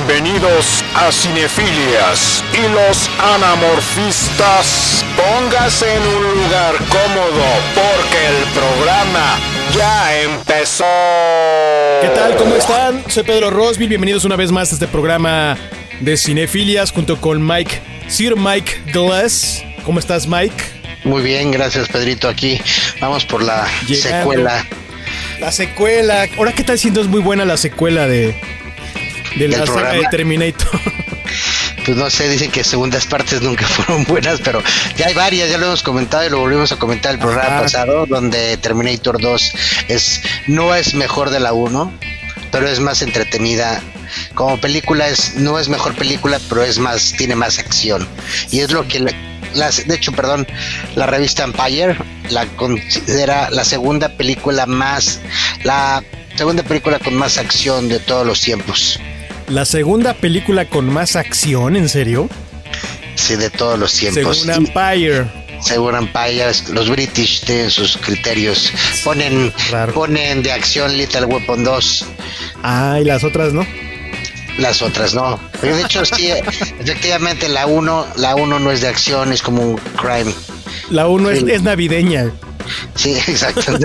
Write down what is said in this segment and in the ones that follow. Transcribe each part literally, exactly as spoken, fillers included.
Bienvenidos a Cinefilias y los anamorfistas. Póngase en un lugar cómodo porque el programa ya empezó. ¿Qué tal? ¿Cómo están? Soy Pedro Rosville. Bienvenidos una vez más a este programa de Cinefilias junto con Mike, Sir Mike Glass. ¿Cómo estás, Mike? Muy bien, gracias, Pedrito. Aquí vamos por la Llegando. secuela. La secuela. Ahora, ¿qué tal siendo es muy buena la secuela de, de la saga de Terminator? Pues no sé, dicen que segundas partes nunca fueron buenas, pero ya hay varias, ya lo hemos comentado y lo volvimos a comentar el programa Ajá. pasado, donde Terminator dos es no es mejor de la uno, pero es más entretenida. Como película es no es mejor película, pero es más, tiene más acción. Y es lo que la, las, de hecho, perdón, la revista Empire la considera la segunda película más, la segunda película con más acción de todos los tiempos. ¿La segunda película con más acción, en serio? Sí, de todos los tiempos. Según Empire. Según Empire, los British tienen sus criterios. Ponen, ponen de acción Lethal Weapon dos. Ah, y las otras no. Las otras no. Pero de hecho, sí, efectivamente, la uno la uno no es de acción, es como un crime. La uno sí. es, es navideña. Sí, exacto.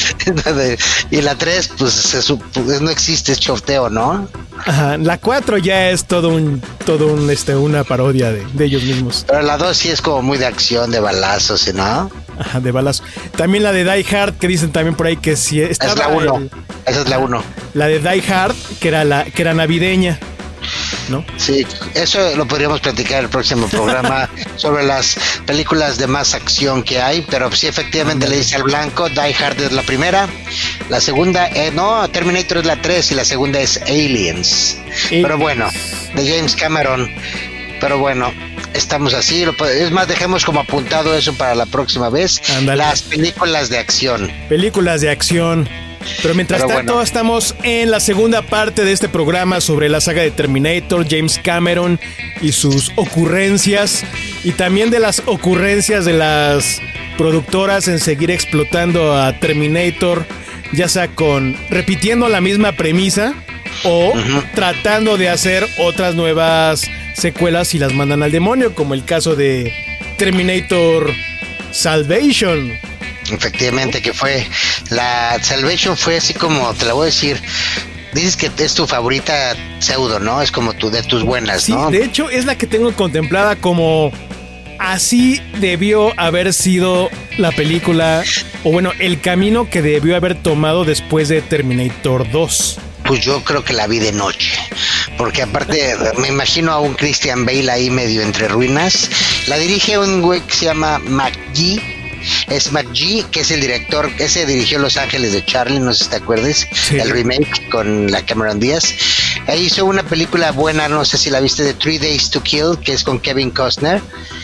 Y la tres, pues, se, pues no existe, es chofteo, ¿no? Ajá, la cuatro ya es todo un, todo un, este, una parodia de, de ellos mismos. Pero la dos sí es como muy de acción, de balazos, ¿no? Ajá, de balazos. También la de Die Hard, que dicen también por ahí que sí estaba. Es la uno, esa es la uno. La de Die Hard, que era la, que era navideña, ¿no? Sí, eso lo podríamos platicar en el próximo programa sobre las películas de más acción que hay, pero sí, efectivamente le dice al blanco, Die Hard es la primera, la segunda, eh, no, Terminator es la tres y la segunda es Aliens. Aliens. Pero bueno, de James Cameron, pero bueno, estamos así, es más, dejemos como apuntado eso para la próxima vez. Andale. Las películas de acción. Películas de acción. Pero mientras Pero tanto bueno. estamos en la segunda parte de este programa sobre la saga de Terminator, James Cameron y sus ocurrencias, y también de las ocurrencias de las productoras en seguir explotando a Terminator, ya sea con repitiendo la misma premisa o uh-huh. tratando de hacer otras nuevas secuelas y las mandan al demonio, como el caso de Terminator Salvation. Efectivamente, que fue la Salvation fue así como, te la voy a decir, dices que es tu favorita pseudo, ¿no? Es como tu de tus buenas, sí, ¿no? De hecho es la que tengo contemplada como así debió haber sido la película, o bueno, el camino que debió haber tomado después de Terminator dos. Pues yo creo que la vi de noche, porque aparte me imagino a un Christian Bale ahí medio entre ruinas. La dirige un güey que se llama McGee. Es McGee, que es el director, ese dirigió Los Ángeles de Charlie, no sé si te acuerdes, sí. El remake con la Cameron Díaz. Ahí hizo una película buena, no sé si la viste, de Three Days to Kill, que es con Kevin Costner,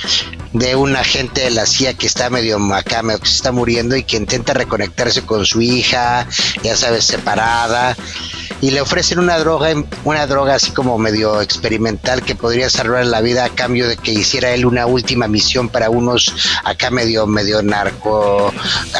de un agente de la C I A que está medio macame, que se está muriendo y que intenta reconectarse con su hija, ya sabes, separada, y le ofrecen una droga, una droga así como medio experimental que podría salvar la vida a cambio de que hiciera él una última misión para unos acá medio, medio narco,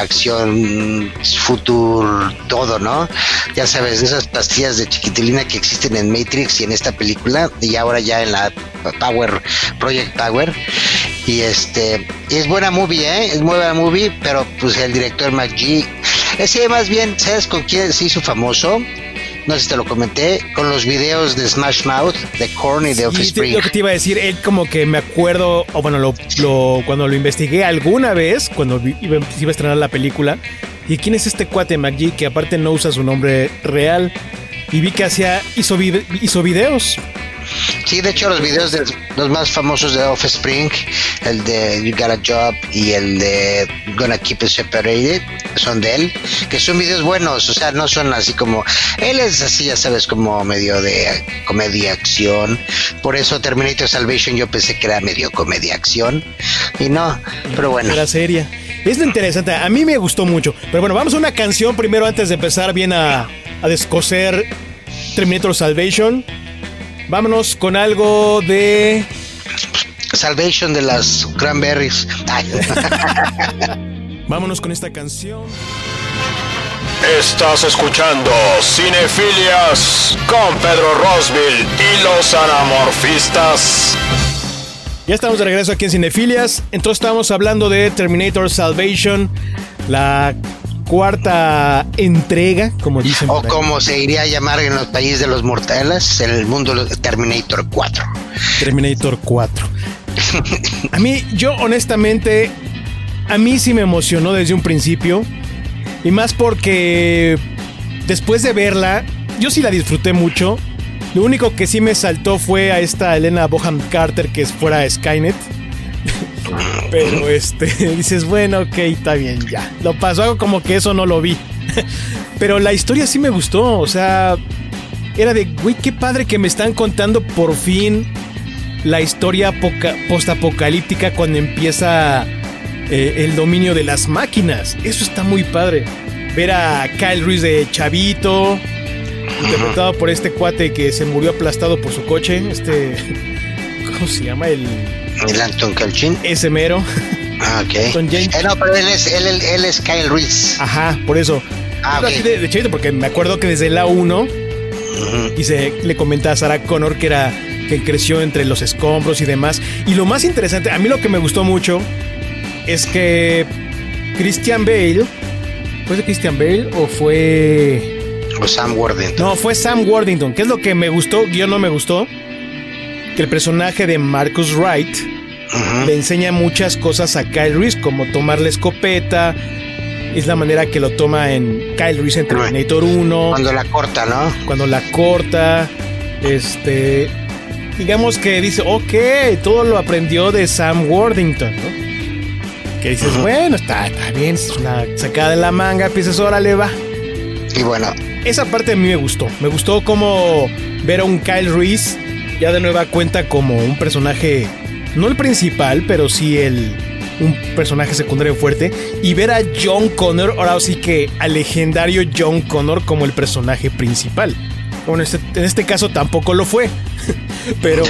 acción, futuro, todo, ¿no? Ya sabes, esas pastillas de chiquitilina que existen en Matrix y en esta película, y ahora ya en la Power, Project Power. Y este, y es buena movie, ¿eh? Es muy buena movie, pero pues el director McGee, ese más bien, ¿sabes con quién se hizo famoso? No sé si te lo comenté, con los videos de Smash Mouth, de Korn y de Offspring. Sí, lo que te iba a decir, él como que me acuerdo, o bueno, lo, lo, cuando lo investigué alguna vez, cuando iba, iba a estrenar la película, y quién es este cuate McGee, que aparte no usa su nombre real, y vi que hacía, hizo, vid- hizo videos. Sí, de hecho los videos de los más famosos de Offspring, el de You Got a Job y el de Gonna Keep It Separated, son de él, que son videos buenos, o sea, no son así como, él es así, ya sabes, como medio de comedia acción. Por eso Terminator Salvation yo pensé que era medio comedia acción, y no, pero bueno. Era seria. Es interesante, a mí me gustó mucho, pero bueno, vamos a una canción primero antes de empezar bien a, a descoser Terminator Salvation. Vámonos con algo de Salvation de las Cranberries. Vámonos con esta canción. Estás escuchando Cinefilias con Pedro Rosville y los Anamorfistas. Ya estamos de regreso aquí en Cinefilias. Entonces estábamos hablando de Terminator Salvation, la cuarta entrega, como dicen. O como se iría a llamar en los países de los mortales, en el mundo Terminator cuatro. Terminator cuatro. A mí, yo honestamente, a mí sí me emocionó desde un principio. Y más porque después de verla, yo sí la disfruté mucho. Lo único que sí me saltó fue a esta Helena Bonham Carter que es fuera de Skynet. Pero este, dices, bueno, ok, está bien, ya. Lo pasó, algo como que eso no lo vi. Pero la historia sí me gustó, o sea, era de, güey, qué padre que me están contando por fin la historia poca, postapocalíptica cuando empieza eh, el dominio de las máquinas. Eso está muy padre. Ver a Kyle Reese de chavito, interpretado por este cuate que se murió aplastado por su coche. Este, ¿cómo se llama? El... El Anton Yelchin. Ese mero. Ah, ok. Anton eh, no, pero él es, él, él, él es Kyle Reese. Ajá, por eso. Ah, okay. de, de chavito, porque me acuerdo que desde la uno uh-huh. y se le comenta a Sarah Connor que era que creció entre los escombros y demás. Y lo más interesante, a mí lo que me gustó mucho es que Christian Bale, ¿fue de Christian Bale o fue o Sam Worthington? No, fue Sam Worthington. ¿Qué es lo que me gustó? Yo no me gustó. Que el personaje de Marcus Wright uh-huh. le enseña muchas cosas a Kyle Reese, como tomar la escopeta. Es la manera que lo toma en Kyle Reese en Terminator uno. Cuando la corta, ¿no? Cuando la corta. Este. Digamos que dice, ok, todo lo aprendió de Sam Worthington, ¿no? Que dices, uh-huh. bueno, está, está bien, es una sacada de la manga, piensas, órale, va. Y bueno. Esa parte a mí me gustó. Me gustó como ver a un Kyle Reese ya de nueva cuenta como un personaje, no el principal, pero sí el un personaje secundario fuerte, y ver a John Connor, ahora sí que al legendario John Connor como el personaje principal. Bueno, este, en este caso tampoco lo fue, pero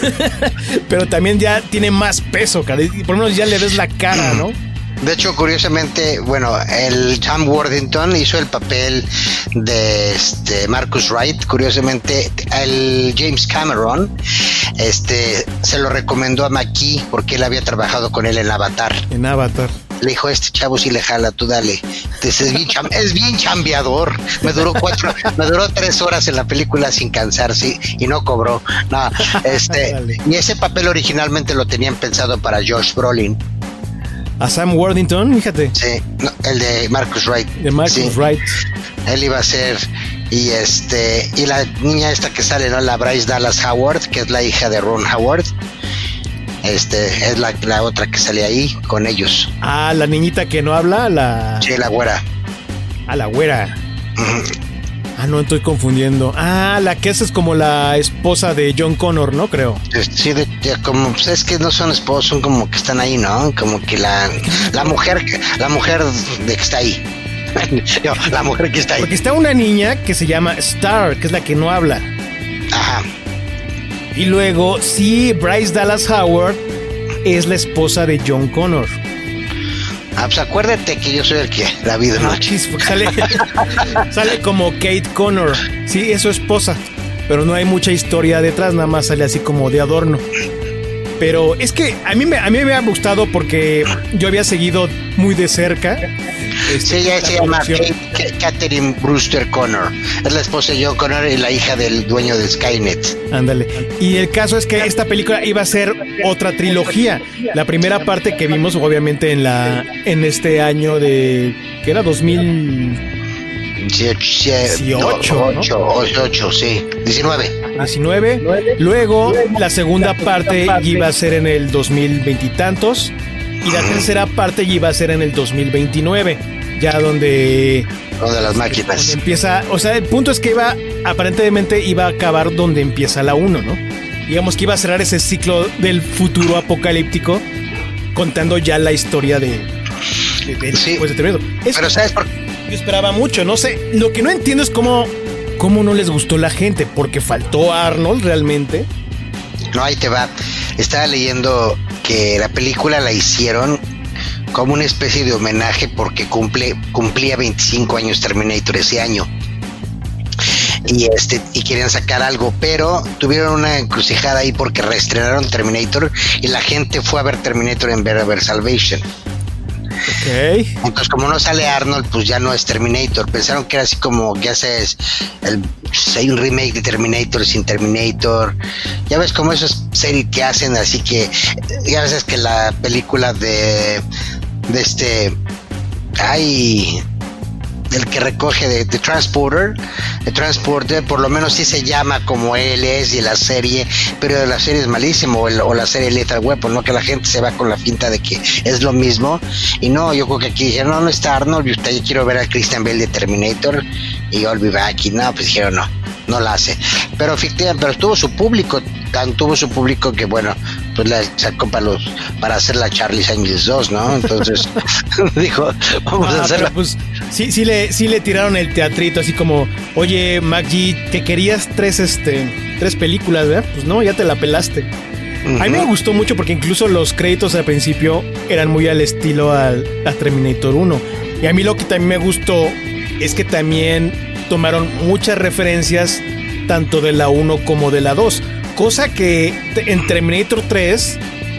pero también ya tiene más peso, cara. Por lo menos ya le ves la cara, ¿no? De hecho, curiosamente, bueno, el Sam Worthington hizo el papel de este Marcus Wright. Curiosamente, el James Cameron este, se lo recomendó a McKee porque él había trabajado con él en Avatar. En Avatar. Le dijo, este chavo sí le jala, tú dale. Entonces, es bien, cham- es bien chambeador. Me duró cuatro, me duró tres horas en la película sin cansarse y no cobró. No, este, y ese papel originalmente lo tenían pensado para Josh Brolin. A Sam Worthington, fíjate. Sí, no, el de Marcus Wright. De Marcus sí. Wright. Él iba a ser, y este, y la niña esta que sale, ¿no? La Bryce Dallas Howard, que es la hija de Ron Howard. Este, es la, la otra que sale ahí con ellos. Ah, la niñita que no habla, la... Sí, la güera. Ah, la güera. Uh-huh. Ah, no, estoy confundiendo. Ah, la que esa es como la esposa de John Connor, ¿no? Creo. Sí, de, de, como, pues es que no son esposos, son como que están ahí, ¿no? Como que la, la mujer, la mujer de que está ahí. No, la mujer que está ahí. Porque está una niña que se llama Star, que es la que no habla. Ajá. Y luego, sí, Bryce Dallas Howard es la esposa de John Connor. Ah, pues acuérdate que yo soy el que la vi de noche. Ah, sale, sale como Kate Connor. Sí, es su esposa. Pero no hay mucha historia detrás, nada más sale así como de adorno. Pero es que a mí me, a mí me ha gustado porque yo había seguido muy de cerca. Este, sí, ella se llama Kate, Catherine Brewster Connor. Es la esposa de John Connor y la hija del dueño de Skynet. Ándale. Y el caso es que esta película iba a ser otra trilogía. La primera parte que vimos, obviamente, en la en este año de... ¿qué era? dos mil dieciocho, ¿no? ocho, sí. diecinueve. diecinueve. Luego, la segunda parte iba a ser en el dos mil veinte y tantos. Y la tercera parte iba a ser en el dos mil veintinueve. Ya donde... Donde las máquinas. Donde empieza... O sea, el punto es que iba... Aparentemente iba a acabar donde empieza la uno, ¿no? Digamos que iba a cerrar ese ciclo del futuro apocalíptico contando ya la historia de... de, de sí, después de Terminator. Pero ¿sabes por qué? Yo esperaba mucho, no sé. Lo que no entiendo es cómo... cómo no les gustó la gente. Porque faltó Arnold realmente. No, ahí te va. Estaba leyendo que la película la hicieron como una especie de homenaje porque cumple, cumplía veinticinco años Terminator ese año. Y este y querían sacar algo, pero tuvieron una encrucijada ahí porque reestrenaron Terminator y la gente fue a ver Terminator en vez de ver Salvation. Okay. Entonces, como no sale Arnold, pues ya no es Terminator. Pensaron que era así como, ya sabes, el, hay un remake de Terminator sin Terminator. Ya ves como esas series que hacen, así que ya ves que la película de de este ay el que recoge de, de Transporter, de Transporter, por lo menos sí se llama como él es y la serie, pero la serie es malísimo, o, el, o la serie Lethal Weapon, ¿no? Que la gente se va con la finta de que es lo mismo, y no, yo creo que aquí dijeron, no, no está Arnold, y usted, yo quiero ver a Christian Bale de Terminator, y I'll be back, y no, pues dijeron, no, no la hace, pero efectivamente, pero tuvo su público, tan tuvo su público que bueno, pues la sacó para los, para hacer la Charlie's Angels dos, ¿no? Entonces, dijo, vamos ah, a hacerla. Pues sí, sí le, sí le tiraron el teatrito, así como, oye, McG, que querías tres, este, tres películas, ¿verdad? Pues no, ya te la pelaste. Uh-huh. A mí me gustó mucho porque incluso los créditos al principio eran muy al estilo al, a Terminator uno. Y a mí lo que también me gustó es que también tomaron muchas referencias tanto de la uno como de la dos. Cosa que en Terminator tres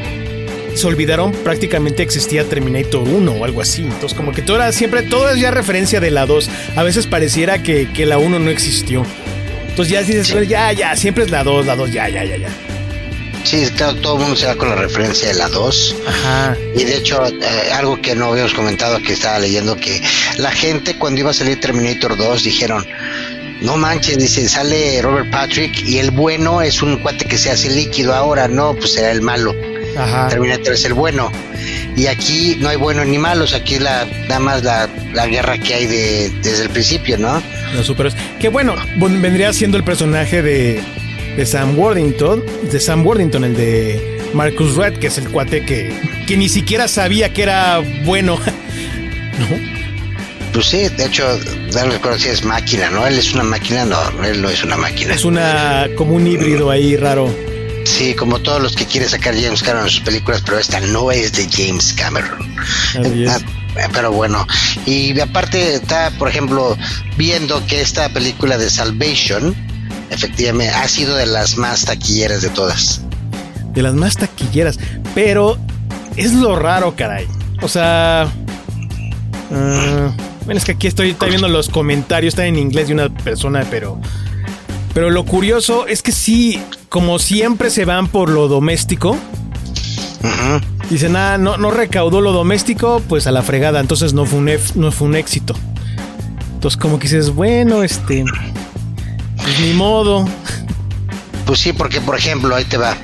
se olvidaron prácticamente existía Terminator uno o algo así. Entonces como que todo era siempre, todo es ya referencia de la dos. A veces pareciera que, que la uno no existió. Entonces ya dices, sí. ya, ya, siempre es la dos, la dos, ya, ya, ya, ya. Sí, claro, todo el mundo se va con la referencia de la dos. Ajá. Y de hecho, eh, algo que no habíamos comentado, que estaba leyendo, que la gente cuando iba a salir Terminator dos dijeron, no manches, dice, sale Robert Patrick y el bueno es un cuate que se hace líquido ahora, no, pues será el malo. Ajá. Terminator es el bueno. Y aquí no hay buenos ni malos, aquí la, nada más la, la guerra que hay de, desde el principio, ¿no? Los superhéroes. Que bueno, vendría siendo el personaje de, de Sam Worthington, de Sam Worthington, el de Marcus Red, que es el cuate que, que ni siquiera sabía que era bueno. ¿No? Pues sí, de hecho, no recuerdo si es máquina, ¿no? Él es una máquina, no, él no es una máquina. Es una, como un híbrido ahí raro. Sí, como todos los que quiere sacar James Cameron en sus películas, pero esta no es de James Cameron. Ah, pero bueno, y aparte está, por ejemplo, viendo que esta película de Salvation, efectivamente, ha sido de las más taquilleras de todas. De las más taquilleras, pero es lo raro, caray. O sea... Uh, bueno, es que aquí estoy, estoy viendo los comentarios, está en inglés de una persona, pero pero lo curioso es que sí, como siempre se van por lo doméstico. Uh-huh. Dicen, ah, no, no recaudó lo doméstico, pues a la fregada, entonces no fue un, ef- no fue un éxito. Entonces como que dices, bueno, este, pues ni modo. Pues sí, porque por ejemplo, ahí te va.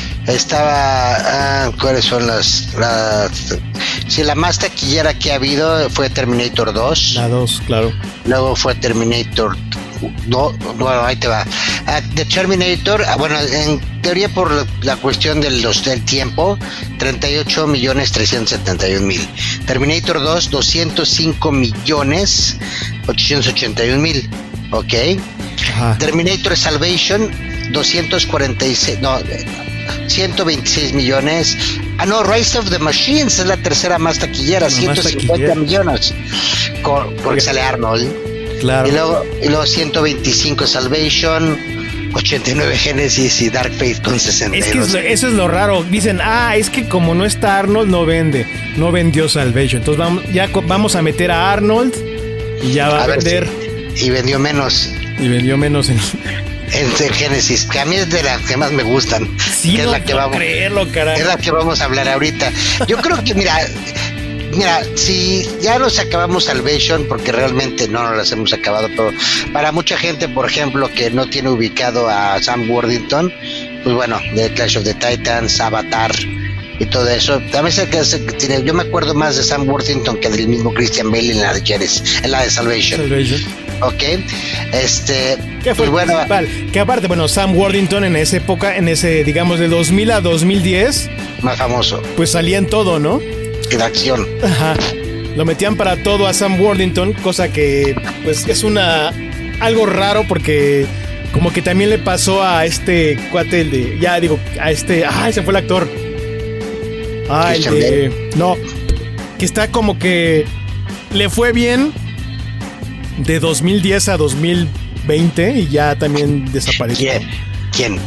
Estaba, ah, ¿cuáles son las, las? Sí, la más taquillera que ha habido fue Terminator dos. La dos, claro. Luego fue Terminator no, bueno, ahí te va. Uh, The Terminator, uh, bueno, en teoría por la cuestión de los, del tiempo, treinta y ocho millones trescientos setenta y un mil. Terminator dos, doscientos cinco millones ochocientos ochenta y un mil. Ok. Ajá. Terminator Salvation, doscientos cuarenta y seis, no, ciento veintiséis millones. Ah, no, Rise of the Machines es la tercera más taquillera, no, ciento cincuenta millones. Con, porque sale Arnold. Claro. Y luego, y luego ciento veinticinco Salvation, ochenta y nueve Genesis y Dark Fate con sesenta y dos. Es que es lo, eso es lo raro. Dicen, ah, es que como no está Arnold, no vende. No vendió Salvation. Entonces vamos, ya vamos a meter a Arnold y ya va a, a vender. Si, y vendió menos. Y vendió menos en... en Genesis, que a mí es de las que más me gustan. Sí, que no es la que vamos, creerlo, caray. Es la que vamos a hablar ahorita. Yo creo que, mira, mira, si ya nos acabamos Salvation, porque realmente no nos las hemos acabado, pero para mucha gente, por ejemplo, que no tiene ubicado a Sam Worthington, pues bueno, de Clash of the Titans, Avatar y todo eso, también sé que se, tiene, yo me acuerdo más de Sam Worthington que del mismo Christian Bale en la de Genesis, en la de Salvation. Salvation. Ok, este, ¿qué fue pues bueno, principal? Que aparte, bueno, Sam Worthington en esa época, en ese, digamos, de dos mil a dos mil diez, más famoso, pues salía en todo, ¿no? En acción. Ajá. Lo metían para todo a Sam Worthington, cosa que, pues, es una algo raro porque como que también le pasó a este cuate, el de, ya digo, a este, ah, ese fue el actor. Ah, el de, no, que está como que le fue bien de dos mil diez a dos mil veinte y ya también desapareció. ¿Quién? ¿Quién?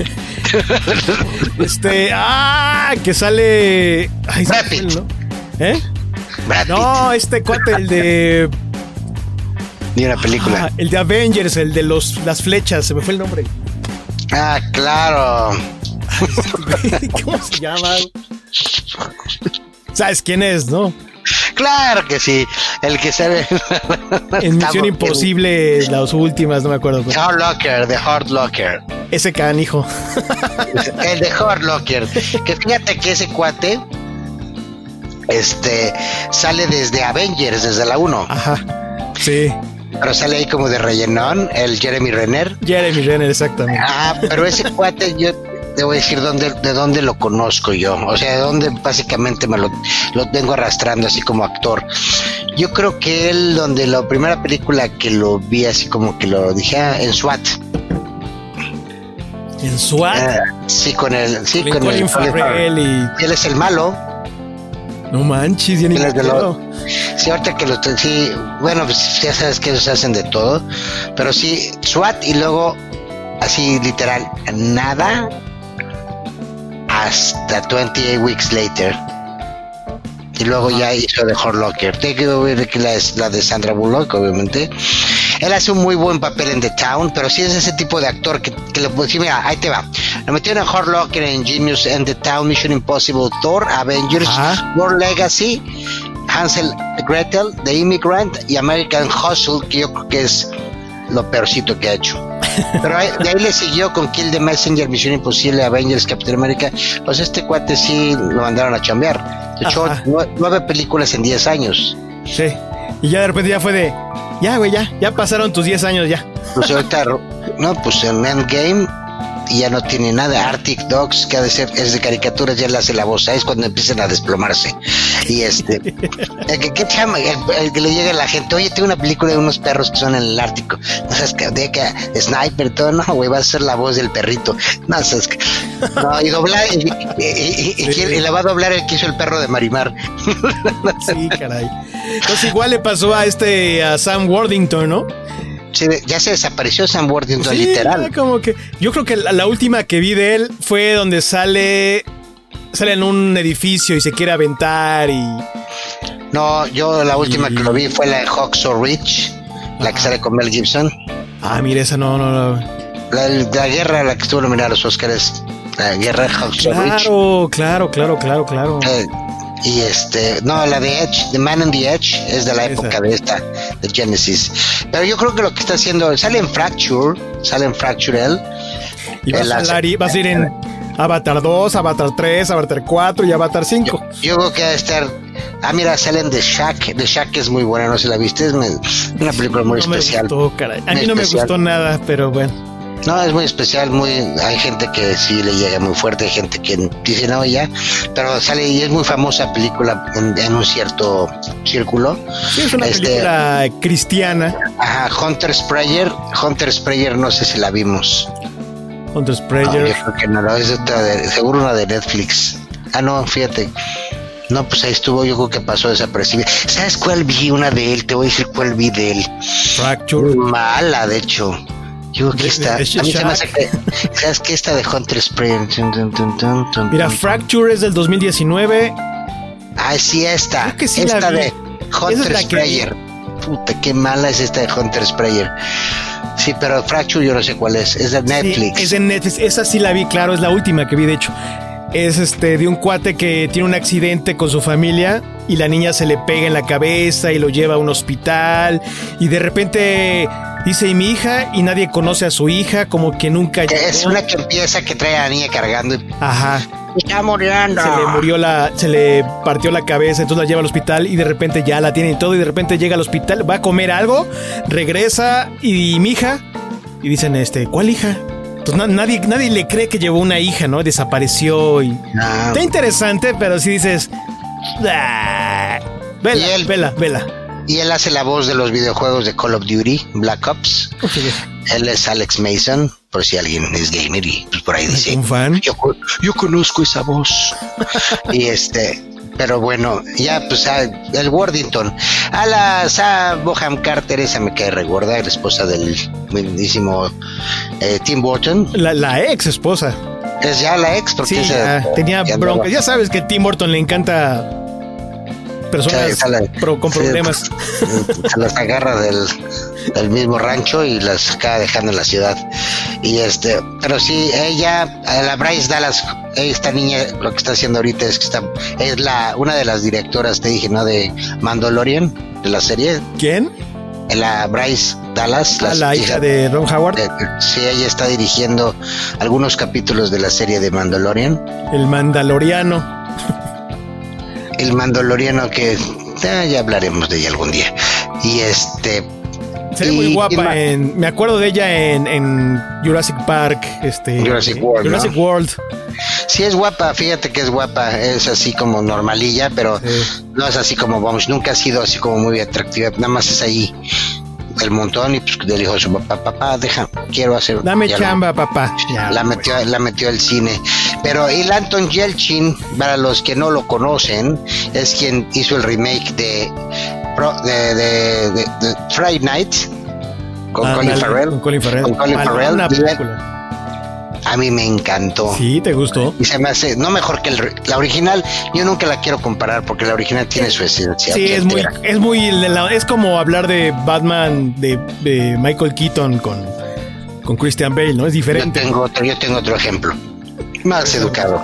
este, ah, que sale... Ay, Brad Pitt. ¿no? ¿Eh? Brad no, Pitt. este cuate, el de... Ni una película. Ah, el de Avengers, el de los las flechas, se me fue el nombre. Ah, claro. ¿Cómo se llama? ¿Sabes quién es, no? Claro que sí, el que sale en Misión Imposible, las últimas, no me acuerdo. The Hurt Locker, The Hurt Locker. Ese canijo. El de Hurt Locker. Que fíjate que ese cuate este sale desde Avengers, desde la uno. Ajá. Sí. Pero sale ahí como de rellenón, el Jeremy Renner. Jeremy Renner, exactamente. Ah, pero ese cuate yo te voy a decir dónde, de dónde lo conozco yo. O sea, de dónde básicamente me lo, lo vengo arrastrando así como actor. Yo creo que él, donde la primera película que lo vi así como que lo dije, ah, en SWAT. ¿En SWAT? Uh, sí, con el... Sí, con Colin Farrell y... Él es el malo. No manches, ya ni me acuerdo. Sí, ahorita que lo... Sí, bueno, pues ya sabes que ellos hacen de todo. Pero sí, SWAT y luego, así literal, nada... hasta veintiocho Weeks Later. Y luego ah. ya hizo The Hurt Locker. Tengo que ver que la, la de Sandra Bullock, obviamente. Él hace un muy buen papel en The Town, pero sí es ese tipo de actor que, que le puedo decir, mira, ahí te va. Lo metieron en Hurt Locker, en Genius, en The Town, Mission Impossible, Thor, Avengers, ah. World Legacy, Hansel Gretel, The Immigrant y American Hustle, que yo creo que es lo peorcito que ha hecho. Pero ahí, de ahí le siguió con Kill the Messenger, Misión Imposible, Avengers, Captain America. Pues este cuate sí lo mandaron a chambear. De hecho, nueve, nueve películas en diez años. Sí. Y ya de repente ya fue de... Ya, güey, ya. Ya pasaron tus diez años, ya. Pues ahorita... No, pues en Endgame... Y ya no tiene nada. Arctic Dogs, que ha de ser, es de caricaturas, ya le hace la voz. Ahí es cuando empiezan a desplomarse. Y este, el que, ¿qué chama? El, el que le llega a la gente, oye, tengo una película de unos perros que son en el Ártico. No sabes que de que Sniper, todo, no, güey, va a ser la voz del perrito. No sabes que. No, y doblar, y, y, y, y, sí. y, y la va a doblar el que hizo el perro de Marimar. Sí, caray. Entonces igual le pasó a este, a Sam Worthington, ¿no? Sí, ya se desapareció Sam Worthington, sí, literal. Como que yo creo que la, la última que vi de él fue donde sale sale en un edificio y se quiere aventar y no, yo la última y... que lo vi fue la de Hacksaw Ridge, la ah. que sale con Mel Gibson. Ah, mira, esa no, no, no. La, la guerra, la que estuvo nominada a los Oscars, la guerra de Hacksaw claro, Ridge. Claro, claro, claro, claro, claro. Eh, y este, no, la de Edge, The Man on the Edge, es de la Esa. época de esta, de Genesis. Pero yo creo que lo que está haciendo, sale en Fracture, sale en Fracture él. Y vas, a, la, vas a ir en Avatar dos, Avatar tres, Avatar cuatro y Avatar cinco. Yo, yo creo que va a estar, ah mira, salen The Shack, The Shack es muy buena, no sé si la viste, es una película muy no especial. Me gustó, caray. A mí no especial. me gustó nada, pero bueno. No, es muy especial, muy, hay gente que sí le llega muy fuerte, hay gente que dice no ya, pero sale y es muy famosa película en, en un cierto círculo. Sí, es una este, película cristiana. Ajá, Hunter Sprayer, Hunter Sprayer no sé si la vimos. Hunter Sprayer. No, yo creo que no, no es otra de, seguro una de Netflix. Ah, no, fíjate. No, pues ahí estuvo, yo creo que pasó desapercibida. ¿Sabes cuál vi? Una de él, te voy a decir cuál vi de él. Fracture. Mala, de hecho. Yo creo que está. A mí se me hace que. ¿Sabes qué? Esta de Hunter Sprayer. Mira, Fracture es del dos mil diecinueve. Ah, sí, esta. Creo que sí esta la vi. de Hunter es Sprayer. Que... Puta, qué mala es esta de Hunter Sprayer. Sí, pero Fracture yo no sé cuál es. Es de Netflix. Sí, es de Netflix. Esa sí la vi, claro, es la última que vi, de hecho. Es este de un cuate que tiene un accidente con su familia y la niña se le pega en la cabeza y lo lleva a un hospital y de repente dice, ¿y mi hija? Y nadie conoce a su hija, como que nunca llegó. Es una que empieza que trae a la niña cargando y... Ajá. Está muriendo. Se le murió la, se le partió la cabeza, entonces la lleva al hospital y de repente ya la tiene y todo y de repente llega al hospital, va a comer algo, regresa y, y mi hija, y dicen, este, ¿cuál hija? Pues na- nadie, nadie le cree que llevó una hija, ¿no? Desapareció y... No. Está interesante, pero si dices... Ah, vela, él, vela, vela. Y él hace la voz de los videojuegos de Call of Duty, Black Ops. Okay. Él es Alex Mason, por si alguien es gamer y pues por ahí dice... ¿Un fan? Yo, yo conozco esa voz. Y este... Pero bueno, ya pues a, el Worthington. A la Sarah Bonham Carter, esa me cae regorda, la esposa del buenísimo eh, Tim Burton. La, la ex esposa. Es ya la ex, porque sí, esa, ya, tenía ya broncas. Ya sabes que a Tim Burton le encanta personas sí, la, pro, con problemas. Se, se las agarra del, del mismo rancho y las acaba dejando en la ciudad. Y este, pero sí, ella, la Bryce Dallas, esta niña, lo que está haciendo ahorita es que está, es la, una de las directoras, te dije, ¿no? De Mandalorian, de la serie. ¿Quién? La Bryce Dallas, ah, la hija de Ron Howard. De, sí, ella está dirigiendo algunos capítulos de la serie de Mandalorian. El Mandaloriano. El Mandaloriano que eh, ya hablaremos de ella algún día. Y este se ve muy guapa en, me acuerdo de ella en, en Jurassic Park, este Jurassic World. Jurassic ¿no? World. Sí es guapa, fíjate que es guapa, es así como normalilla, pero sí. No es así como vamos, nunca ha sido así como muy atractiva, nada más es ahí el montón y pues le dijo a su papá, papá, deja, quiero hacer. Dame chamba, lo, papá. Ya, la metió, la metió al cine. Pero el Anton Yelchin, para los que no lo conocen, es quien hizo el remake de de, de, de, de Friday Night con, ah, Colin Farrell, con Colin Farrell. Con Colin Farrell. Una película. A mí me encantó. Sí, ¿te gustó? Y se me hace, no mejor que el, la original, yo nunca la quiero comparar porque la original tiene su esencia. Sí, es muy, es muy, es como hablar de Batman de, de Michael Keaton con, con Christian Bale, ¿no? Es diferente. Yo tengo otro, yo tengo otro ejemplo. Más educado.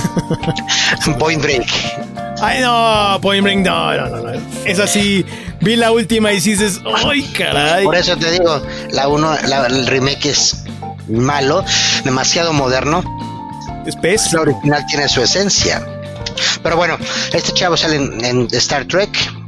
Point Break. Ay, no, Point Break, no, no, no, no. Es así, vi la última y dices, ay, caray. Por eso te digo, la uno, la, el remake es malo, demasiado moderno. Es pésimo. La original tiene su esencia. Pero bueno, este chavo sale en, en Star Trek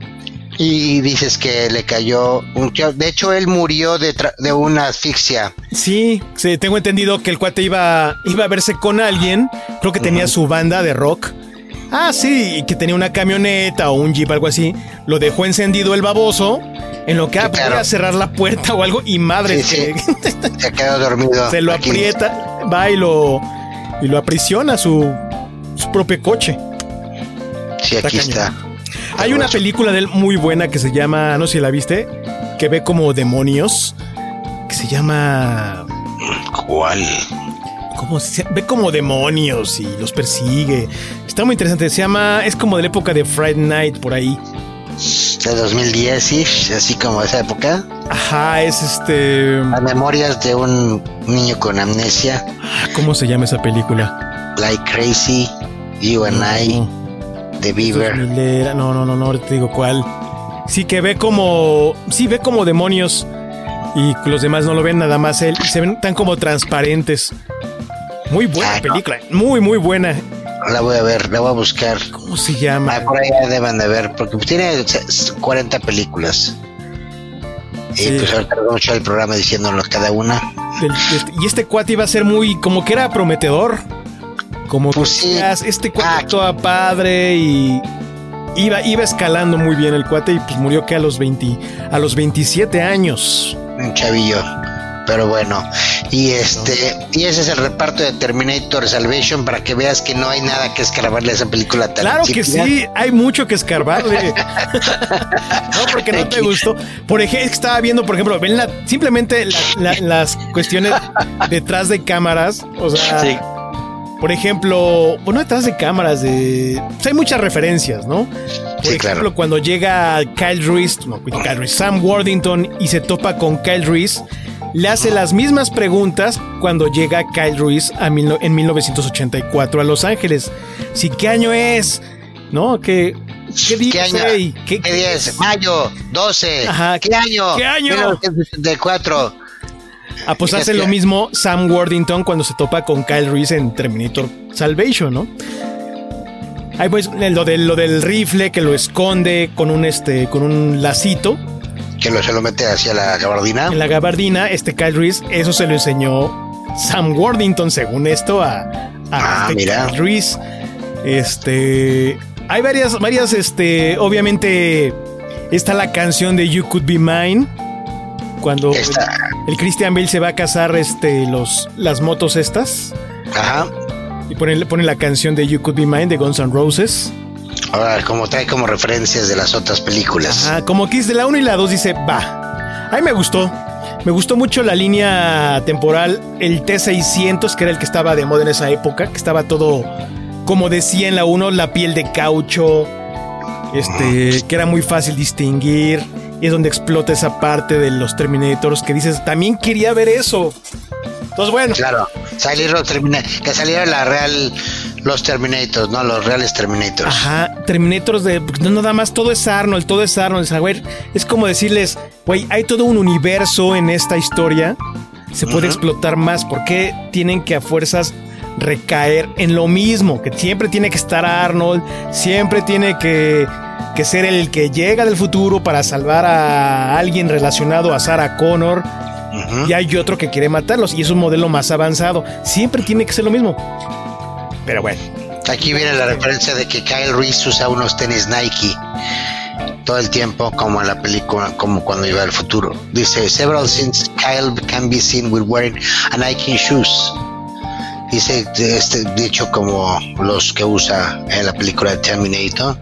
y dices que le cayó un... De hecho, él murió de, tra- de una asfixia. Sí, sí, tengo entendido que el cuate iba, iba a verse con alguien. Creo que tenía uh-huh. su banda de rock. Ah, sí, que tenía una camioneta o un jeep, algo así. Lo dejó encendido el baboso. En lo que sí, claro. Podía cerrar la puerta o algo. Y madre, sí, sí. Se quedó dormido. Se lo aquí. Aprieta, va y lo, y lo aprisiona su, su propio coche. Sí, aquí está. está. Hay una película de él muy buena que se llama, no sé si la viste, que ve como demonios, que se llama... ¿Cuál? ¿Cómo se ve como demonios y los persigue? Está muy interesante, se llama, es como de la época de Friday Night, por ahí. De dos mil diez, sí, así como esa época. Ajá, es este... Las memorias de un niño con amnesia. ¿Cómo se llama esa película? Like Crazy, You and no. I... de Bieber. No, no, no, no, ahorita te digo cuál. Sí, que ve como... Sí, ve como demonios. Y los demás no lo ven, nada más él. Y se ven tan como transparentes. Muy buena ah, película. No. Muy, muy buena. La voy a ver, la voy a buscar. ¿Cómo se llama? Ah, por allá deben de ver, porque tiene cuarenta películas. Sí. Y pues ahorita vamos a echar el programa diciéndolo cada una. Del, este, y este cuate iba a ser muy... Como que era prometedor. Como pues que sí. Este cuate ah, toda padre y iba, iba escalando muy bien el cuate y pues murió que a los veinte, a los veintisiete años. Un chavillo. Pero bueno. Y este, no. y ese es el reparto de Terminator Salvation para que veas que no hay nada que escarbarle a esa película tan Claro chiquita. Que sí, hay mucho que escarbarle. No, porque no te gustó. Por ejemplo, estaba viendo, por ejemplo, ven la, simplemente la, la, las cuestiones detrás de cámaras. O sea. Sí. Por ejemplo, bueno, detrás de cámaras de... Pues hay muchas referencias, ¿no? Por sí, ejemplo, claro. Cuando llega Kyle Reese, no, Kyle Reese, Sam Worthington y se topa con Kyle Reese, le hace las mismas preguntas cuando llega Kyle Reese a mil, en mil novecientos ochenta y cuatro a Los Ángeles. Sí, ¿qué año es? ¿No? ¿Qué, qué día ¿Qué año? ¿Qué, ¿Qué, ¿Qué día es? Mayo, doce. Ajá. ¿Qué año? ¿Qué año? mil novecientos ochenta y cuatro. Ah, pues hace lo mismo Sam Worthington cuando se topa con Kyle Reese en Terminator Salvation, ¿no? Ahí pues lo del, lo del rifle que lo esconde con un este con un lacito. Que lo, se lo mete hacia la gabardina. En la gabardina, este Kyle Reese, eso se lo enseñó Sam Worthington, según esto, a, a ah, este mira. Kyle Reese. Este. Hay varias, varias, este. Obviamente, está la canción de You Could Be Mine. Cuando el, el Christian Bale se va a cazar este, los, las motos estas. Ajá. Y pone, pone la canción de You Could Be Mine de Guns N' Roses. Ahora, como trae como referencias de las otras películas. Ajá, como Kiss de la uno y la dos dice, va. A mí me gustó. Me gustó mucho la línea temporal, el T seiscientos, que era el que estaba de moda en esa época, que estaba todo, como decía en la uno, la piel de caucho, este, que era muy fácil distinguir. Y es donde explota esa parte de los Terminators que dices, también quería ver eso. Entonces, bueno. Claro, salir los Termina- que saliera la real, los Terminators, ¿no? Los reales Terminators. Ajá, Terminators de, no nada más, todo es Arnold, todo es Arnold. O sea, güey, es como decirles, güey, hay todo un universo en esta historia, se puede uh-huh. explotar más. ¿Por qué tienen que a fuerzas recaer en lo mismo? Que siempre tiene que estar Arnold, siempre tiene que, que ser el que llega del futuro para salvar a alguien relacionado a Sarah Connor. Uh-huh. Y hay otro que quiere matarlos y es un modelo más avanzado. Siempre tiene que ser lo mismo. Pero bueno. Aquí viene la referencia de que Kyle Reese usa unos tenis Nike todo el tiempo, como en la película, como cuando iba al futuro. Dice, several scenes Kyle can be seen with wearing a Nike shoes. Dice, este, de hecho, como los que usa en la película de Terminator.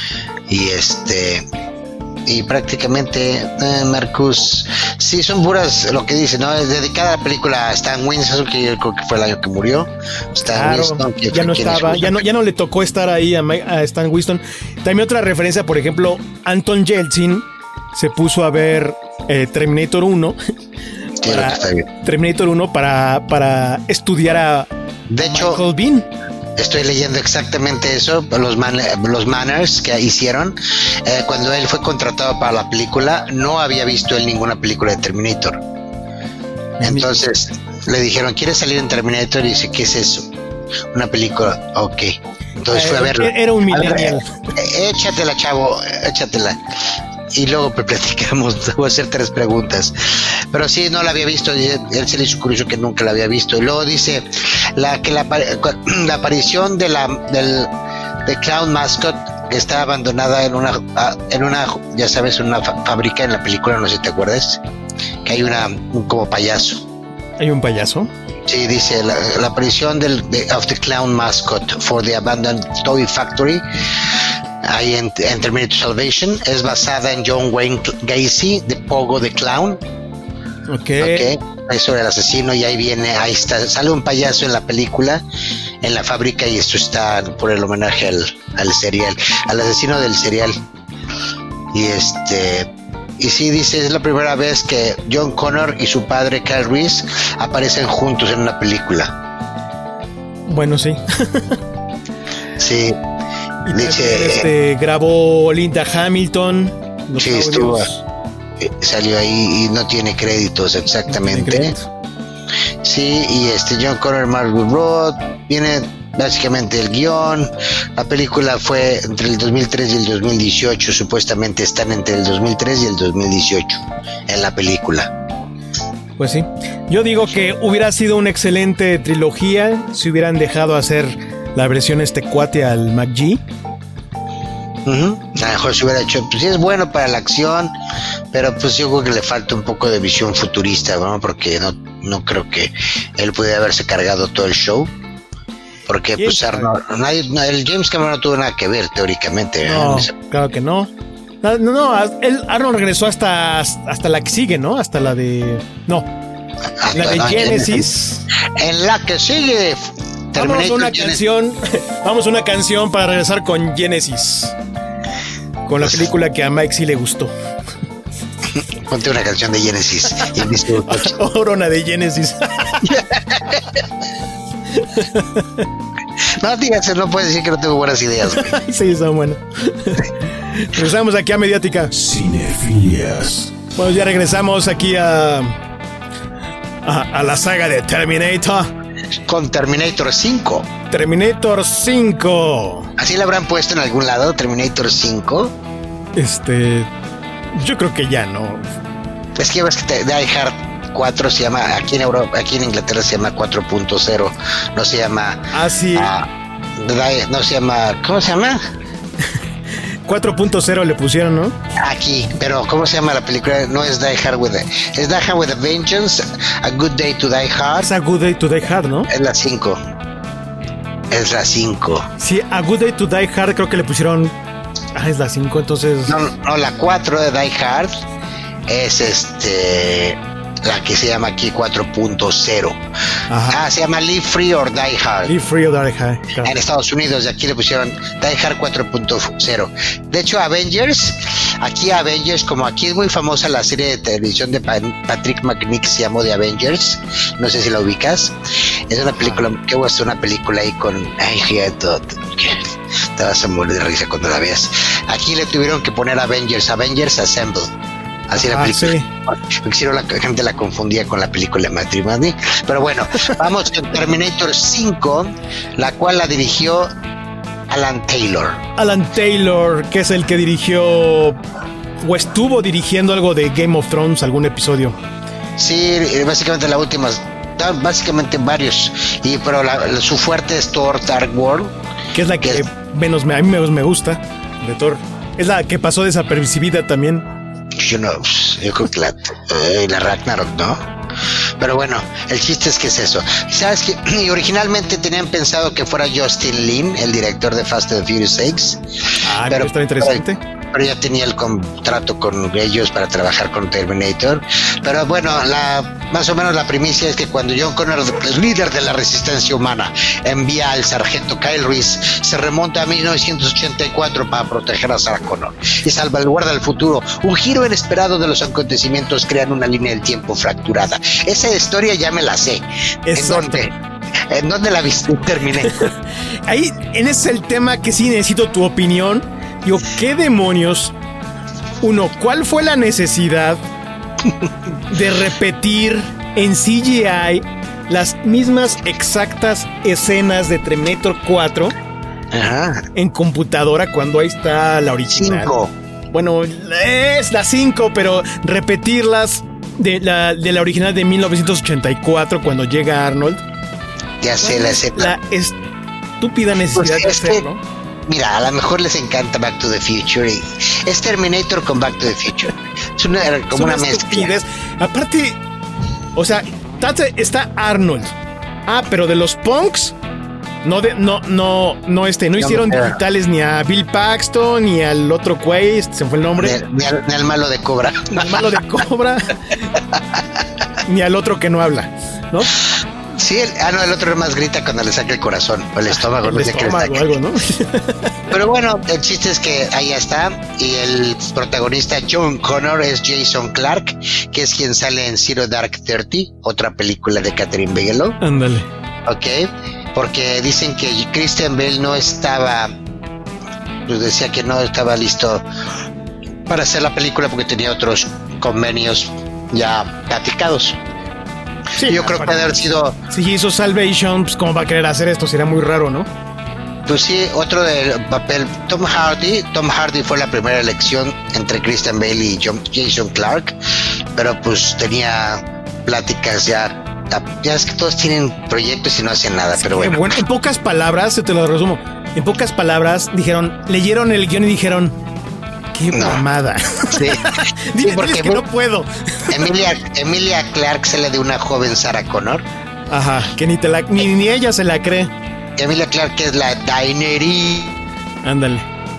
Y este... Y prácticamente, eh, Marcus, sí, son puras, lo que dice, ¿no? Es dedicada a la película a Stan Winston, que yo creo que fue el año que murió. Stan claro, Winston, que ya no estaba, ya no, ya no le tocó estar ahí a, a Stan Winston. También otra referencia, por ejemplo, Anton Yelchin se puso a ver eh, Terminator uno. Sí, para, está bien. Terminator uno para, para estudiar a de hecho, Michael Biehn. Estoy leyendo exactamente eso, los, man, los manners que hicieron. Eh, cuando él fue contratado para la película, no había visto él ninguna película de Terminator. Entonces le dijeron, ¿quieres salir en Terminator? Y dice, ¿qué es eso? Una película, ok. Entonces fue a verlo. Era un millennial. Échatela, chavo, échatela. Y luego platicamos, voy a hacer tres preguntas. Pero sí, no la había visto, él se le hizo curioso que nunca la había visto. Y luego dice la que la, la aparición de la del de Clown Mascot, que está abandonada en una en una ya sabes, una fábrica en la película, no sé si te acuerdas, que hay una un como payaso. ¿Hay un payaso? Sí, dice la, la aparición del de, of the Clown Mascot for the abandoned Toy Factory. Ahí en, en Terminator Salvation es basada en John Wayne Gacy de Pogo the Clown. Ok. Okay. Es sobre el asesino y ahí viene, ahí está, sale un payaso en la película, en la fábrica, y esto está por el homenaje al, al serial, al asesino del serial. Y este, y sí, dice, es la primera vez que John Connor y su padre Kyle Reese aparecen juntos en una película. Bueno, sí. Sí. Y dice, este, grabó Linda Hamilton. Los sí, audios. Estuvo, eh, salió ahí y no tiene créditos exactamente. No tiene créditos. Sí, y este John Connor, Margot Roth, viene básicamente el guión. La película fue entre el dos mil tres y el dos mil dieciocho, supuestamente están entre el dos mil tres y el dos mil dieciocho en la película. Pues sí, yo digo que hubiera sido una excelente trilogía si hubieran dejado hacer la versión este cuate al McGee. Uh-huh. A lo mejor se hubiera hecho, pues sí es bueno para la acción, pero pues yo creo que le falta un poco de visión futurista, ¿no? Porque no, no creo que él pudiera haberse cargado todo el show. Porque sí, pues Arnold, nadie, el James Cameron no tuvo nada que ver teóricamente. No, ¿eh? Claro que no. No, no, él, Arnold regresó hasta, hasta la que sigue, ¿no? Hasta la de... No, hasta la de no, Genesis. En la que sigue... Vamos a una canción, vamos a una canción para regresar con Genesis, con la película que a Mike sí le gustó. Ponte una canción de Genesis. Ahora una de Genesis. No digas, no puedes decir que no tengo buenas ideas. Sí, son buenas. Regresamos aquí a Mediática. Cinefilias. Bueno, ya regresamos aquí a, a, a la saga de Terminator. Con Terminator cinco. Terminator cinco. ¿Así la habrán puesto en algún lado, Terminator cinco? Este... Yo creo que ya no. Es que ves que Die Hard cuatro se llama, aquí en Europa, aquí en Inglaterra se llama cuatro punto cero. No se llama... Ah, sí. Uh, no se llama... ¿Cómo se llama? cuatro punto cero le pusieron, ¿no? Aquí, pero ¿cómo se llama la película? No es Die Hard with a... Es Die Hard with a Vengeance, A Good Day to Die Hard. Es A Good Day to Die Hard, ¿no? Es la cinco. Es la cinco. Sí, A Good Day to Die Hard creo que le pusieron... Ah, es la cinco, entonces... No, no, la cuatro de Die Hard es este... la que se llama aquí cuatro punto cero. Ah, se llama Live Free or Die Hard. Live Free or Die Hard. Claro. En Estados Unidos, y aquí le pusieron Die Hard cuatro punto cero. De hecho, Avengers, aquí Avengers, como aquí es muy famosa la serie de televisión de Patrick McNee que se llamó The Avengers, no sé si la ubicas. Es una película, ah. que voy a hacer una película ahí con... Ay, todo, te vas a morir de risa cuando la veas. Aquí le tuvieron que poner Avengers, Avengers Assemble. Así la película. Sí. Si no, la gente la confundía con la película de Matrimony. Pero bueno, vamos con Terminator cinco, la cual la dirigió Alan Taylor. Alan Taylor, que es el que dirigió o estuvo dirigiendo algo de Game of Thrones, algún episodio. Sí, básicamente la última, básicamente varios. Y pero la, la, su fuerte es Thor Dark World, que es la que, que es, menos me, a mí menos me gusta de Thor. Es la que pasó desapercibida también. Yo no, yo creo que la, eh, la Ragnarok, ¿no? Pero bueno, el chiste es que es eso. ¿Sabes qué? Y originalmente tenían pensado que fuera Justin Lin, el director de Fast and Furious seis. Ah, pero está interesante. Pero, pero ya tenía el contrato con ellos para trabajar con Terminator. Pero bueno, la más o menos la primicia es que cuando John Connor, el líder de la resistencia humana, envía al sargento Kyle Reese, se remonta a mil novecientos ochenta y cuatro para proteger a Sarah Connor y salvaguarda el futuro. Un giro inesperado de los acontecimientos crean una línea del tiempo fracturada. Esa historia ya me la sé. ¿En dónde? ¿En dónde la viste? Terminator. Ahí, en ese es el tema que sí necesito tu opinión. Digo, ¿qué demonios? Uno, ¿cuál fue la necesidad de repetir en C G I las mismas exactas escenas de Terminator cuatro? Ajá. En computadora cuando ahí está la original? Cinco. Bueno, es la cinco, pero repetirlas de la, de la original de mil novecientos ochenta y cuatro cuando llega Arnold. Ya sé la escena. La estúpida necesidad pues de hacerlo. Que... Mira, a lo mejor les encanta Back to the Future y es Terminator con Back to the Future. Es una, como es una, una mezcla. Aparte, o sea, está Arnold. Ah, pero de los punks, no, de, no, no, no, este, no, no hicieron digitales ni a Bill Paxton ni al otro güey, se fue el nombre. Ni, ni, al, ni al malo de Cobra. Ni al malo de Cobra. Ni al otro que no habla, ¿no? Sí, el, ah, no, el otro más grita cuando le saca el corazón o el estómago. El no estómago, algo, ¿no? Pero bueno, el chiste es que ahí está. Y el protagonista John Connor es Jason Clarke, que es quien sale en Zero Dark Thirty, otra película de Catherine Bigelow. Ándale. Ok, porque dicen que Christian Bale no estaba, pues decía que no estaba listo para hacer la película porque tenía otros convenios ya platicados. Sí, yo creo que puede haber sido... Si hizo Salvation, pues ¿cómo va a querer hacer esto? Sería muy raro, ¿no? Pues sí, otro del papel, Tom Hardy. Tom Hardy fue la primera elección entre Christian Bale y John, Jason Clarke, pero pues tenía pláticas ya... Ya es que todos tienen proyectos y no hacen nada, sí, pero bueno. bueno. En pocas palabras, te lo resumo, en pocas palabras dijeron, leyeron el guión y dijeron... ¡Qué no. mamada! Sí, sí porque que no puedo. Emilia, Emilia Clarke sale de una joven Sarah Connor. Ajá, que ni, te la, ni, ni ella se la cree. Emilia Clarke es la Daenerys. Ándale.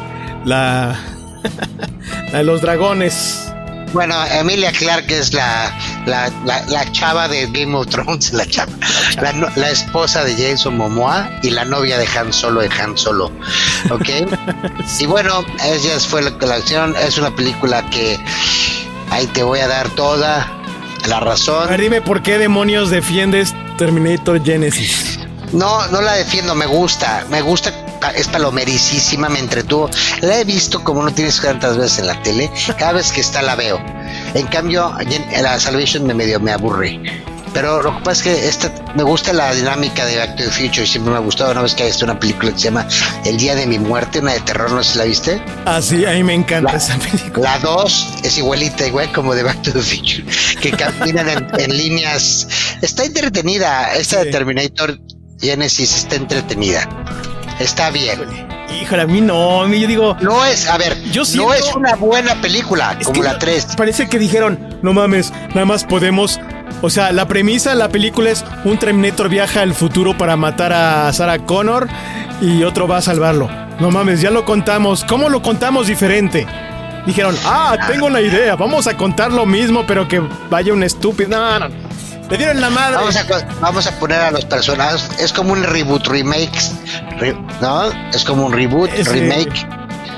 La... la de los dragones. Bueno, Emilia Clarke es la, la, la, la chava de Game of Thrones, la chava, la, la, la esposa de Jason Momoa y la novia de Han Solo de Han Solo, ¿ok? Sí. Y bueno, ella fue la, la acción, es una película que ahí te voy a dar toda la razón. A ver, dime por qué demonios defiendes Terminator Genesis. No, no la defiendo, me gusta, me gusta, es palomericísima, me entretuvo. La he visto como no tienes tantas veces en la tele, cada vez que está la veo. En cambio, en la Salvation me medio me aburre. Pero lo que pasa es que esta, me gusta la dinámica de Back to the Future y siempre me ha gustado. Una vez que hay una película que se llama El Día de mi Muerte, una de terror, no sé si la viste. Ah, sí, a mí me encanta la, esa película. La dos es igualita, igual como de Back to the Future, que caminan en, en líneas. Está entretenida, esta sí. De Terminator Genesis está entretenida. Está bien. Híjole, a mí no, a mí yo digo... No es, a ver, yo siento, no es una buena película como la tres. Parece que dijeron, no mames, nada más podemos O sea, la premisa de la película es un Terminator viaja al futuro para matar a Sarah Connor y otro va a salvarlo. No mames, ya lo contamos. ¿Cómo lo contamos diferente? Dijeron, ah, tengo una idea, vamos a contar lo mismo, pero que vaya un estúpido. No, no, le dieron la madre. Vamos a, vamos a poner a los personajes. Es como un reboot, remake, re, ¿no? Es como un reboot, Ese... remake.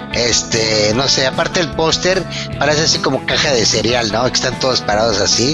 Este, no sé, aparte el póster parece así como caja de cereal, ¿no? Que están todos parados así.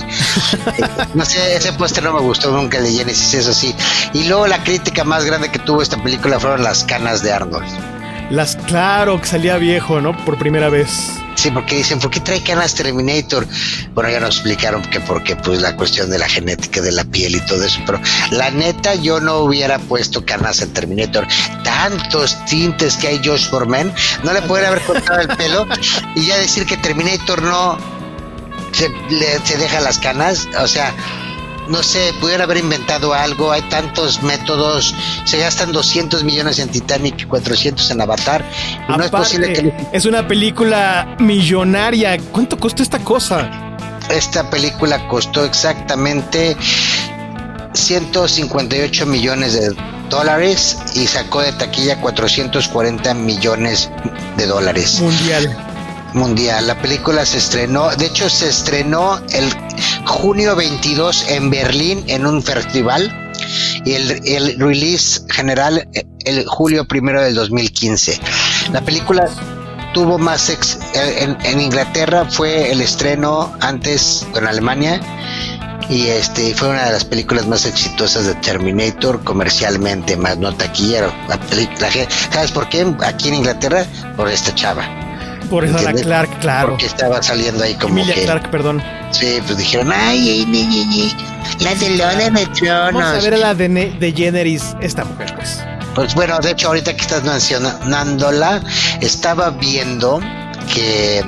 No sé, ese póster no me gustó nunca de Genesis, eso sí. Y luego la crítica más grande que tuvo esta película fueron las canas de Arnold. Las, claro, que salía viejo, ¿no? Por primera vez. Sí, porque dicen, ¿por qué trae canas Terminator? Bueno, ya nos explicaron que porque pues la cuestión de la genética de la piel y todo eso, pero la neta yo no hubiera puesto canas en Terminator. Tantos tintes que hay Josh Foreman, no le pueden haber cortado el pelo y ya decir que Terminator no se, le, se deja las canas, o sea... No sé, pudieron haber inventado algo. Hay tantos métodos. Se gastan doscientos millones en Titanic y cuatrocientos en Avatar. Y Aparte, no es posible que... Es una película millonaria. ¿Cuánto costó esta cosa? Esta película costó exactamente ciento cincuenta y ocho millones de dólares y sacó de taquilla cuatrocientos cuarenta millones de dólares. Mundial. Mundial. La película se estrenó, de hecho se estrenó el junio veintidós en Berlín en un festival y el, el release general el julio primero del dos mil quince. La película tuvo más ex, en, en Inglaterra fue el estreno antes en Alemania y este fue una de las películas más exitosas de Terminator comercialmente, más no taquillero. La película, ¿sabes por qué? Aquí en Inglaterra por esta chava. Por eso la Clark, claro. Porque estaba saliendo ahí como Emilia que... Clark, perdón. Sí, pues dijeron, ay, ay, ay, ay, la de Lona de Tronos. Vamos a ver a la de, ne- de Generis, esta mujer, pues. Pues bueno, de hecho, ahorita que estás mencionándola, estaba viendo que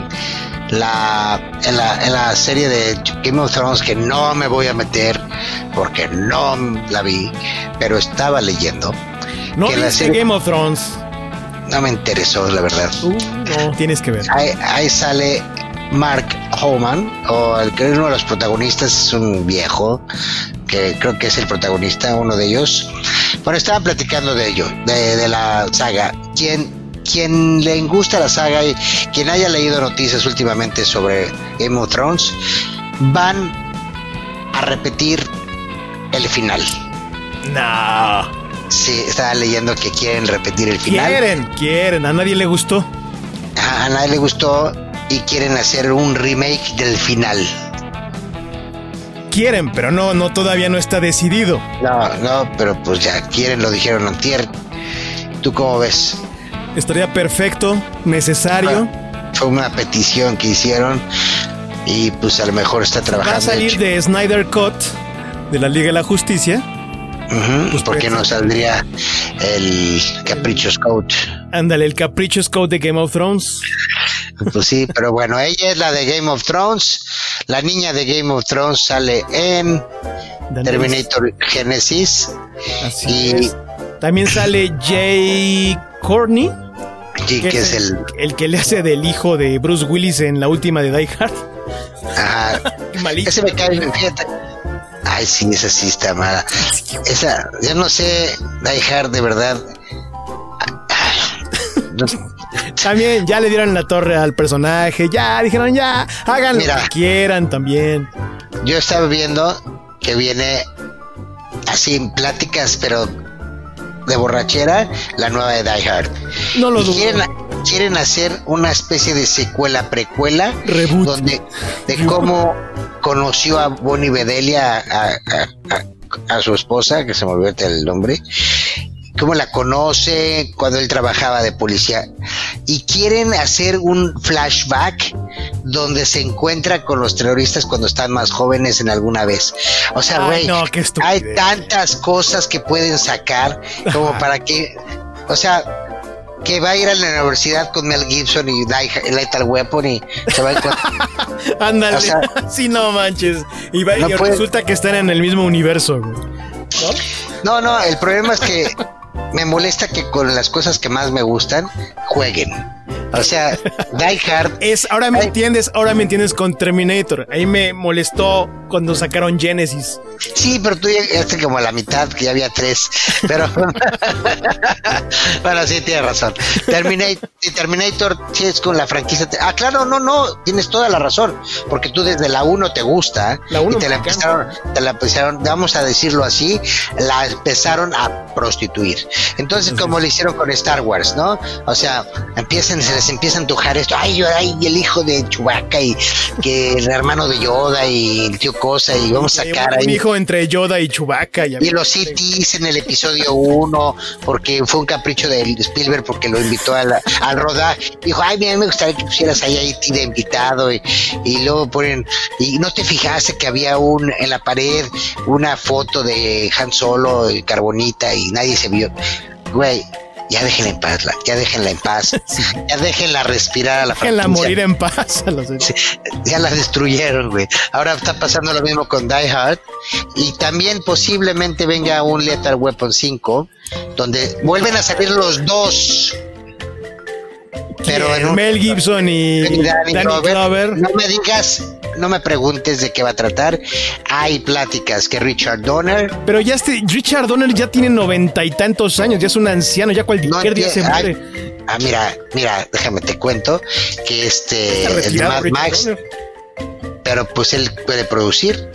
la en, la en la serie de Game of Thrones, que no me voy a meter porque no la vi, pero estaba leyendo. ¿No que viste la serie... Game of Thrones? No me interesó, la verdad. Uh, no, tienes que ver. Ahí, ahí sale Mark Homan, o el que es uno de los protagonistas, es un viejo, que creo que es el protagonista, uno de ellos. Bueno, estaban platicando de ello, de, de la saga. Quien, quien le gusta la saga y quien haya leído noticias últimamente sobre Game of Thrones, van a repetir el final. No. Sí, estaba leyendo que quieren repetir el final. Quieren, quieren, a nadie le gustó. A, a nadie le gustó y quieren hacer un remake del final. Quieren, pero no, no, todavía no está decidido. No, no, pero pues ya quieren, lo dijeron antier. ¿Tú cómo ves? Estaría perfecto, necesario. Fue una petición que hicieron y pues a lo mejor está trabajando. Va a salir de Snyder Cut, de la Liga de la Justicia. Uh-huh, pues porque no saldría el Capricho's Code. Ándale, el Capricho's Code de Game of Thrones. Pues sí, pero bueno, ella es la de Game of Thrones. La niña de Game of Thrones sale en Daniel. Terminator Genesis. Así y es. También sale Jay Courtney, sí, que, que es el, el que le hace del hijo de Bruce Willis en la última de Die Hard. Ajá. Ese me cae, fíjate. Ay, sí, esa sí está mala. Esa, yo no sé, Die Hard, de verdad. No. También ya le dieron la torre al personaje, ya dijeron, ya, hagan Mira, lo que quieran también. Yo estaba viendo que viene así en pláticas, pero de borrachera, la nueva de Die Hard. No lo dudo. Quieren, quieren hacer una especie de secuela, precuela, Reboot. Donde, de cómo conoció a Bonnie Bedelia, a, a, a, a su esposa, que se me olvidó el nombre, cómo la conoce cuando él trabajaba de policía, y quieren hacer un flashback donde se encuentra con los terroristas cuando están más jóvenes en alguna vez. O sea, güey, no, hay tantas cosas que pueden sacar como Ajá. para que, o sea, que va a ir a la universidad con Mel Gibson y Lethal Weapon y se va a encontrar. Ándale, o sea, sí, no manches. Y, va, no y puede... resulta que están en el mismo universo, güey. ¿No? no, no, el problema es que me molesta que con las cosas que más me gustan jueguen. O sea, Die Hard. Es, ahora me Die... entiendes, ahora me entiendes con Terminator. Ahí me molestó cuando sacaron Genesis. Sí, pero tú llegaste como a la mitad, que ya había tres. Pero bueno, sí, tienes razón. Terminator, Terminator, sí es con la franquicia. Ah, claro, no, no, tienes toda la razón. Porque tú desde la uno te gusta. La uno y te la empezaron, te la empezaron, vamos a decirlo así, la empezaron a prostituir. Entonces, sí, como lo hicieron con Star Wars, ¿no? O sea, empiezan, se les empieza a antojar esto. Ay, yo, ay, el hijo de Chewbacca y que el hermano de Yoda y el tío Cosa y vamos a sacar un ahí. Un hijo entre Yoda y Chewbacca. Y, y los C Ts en el episodio uno, porque fue un capricho de Spielberg porque lo invitó a la, al rodaje. Dijo, ay, mira, me gustaría que pusieras ahí a E T de invitado y, y luego ponen, y no te fijaste que había un en la pared una foto de Han Solo y Carbonita y nadie se vio. Güey, ya déjenla en paz, la, ya déjenla en paz, sí. Ya déjenla respirar a la franquicia. Déjenla morir en paz. A los... sí, ya la destruyeron, güey. Ahora está pasando lo mismo con Die Hard y también posiblemente venga un Lethal Weapon cinco donde vuelven a salir los dos. Pero en un... Mel Gibson y Danny, Danny Glover. Glover. No me digas, no me preguntes de qué va a tratar. Hay pláticas que Richard Donner. Pero ya este Richard Donner ya tiene noventa y tantos años, ya es un anciano, ya cualquier día se muere. Ay, ah, mira, mira, déjame te cuento que este el Mad Max, Donner. Pero pues él puede producir.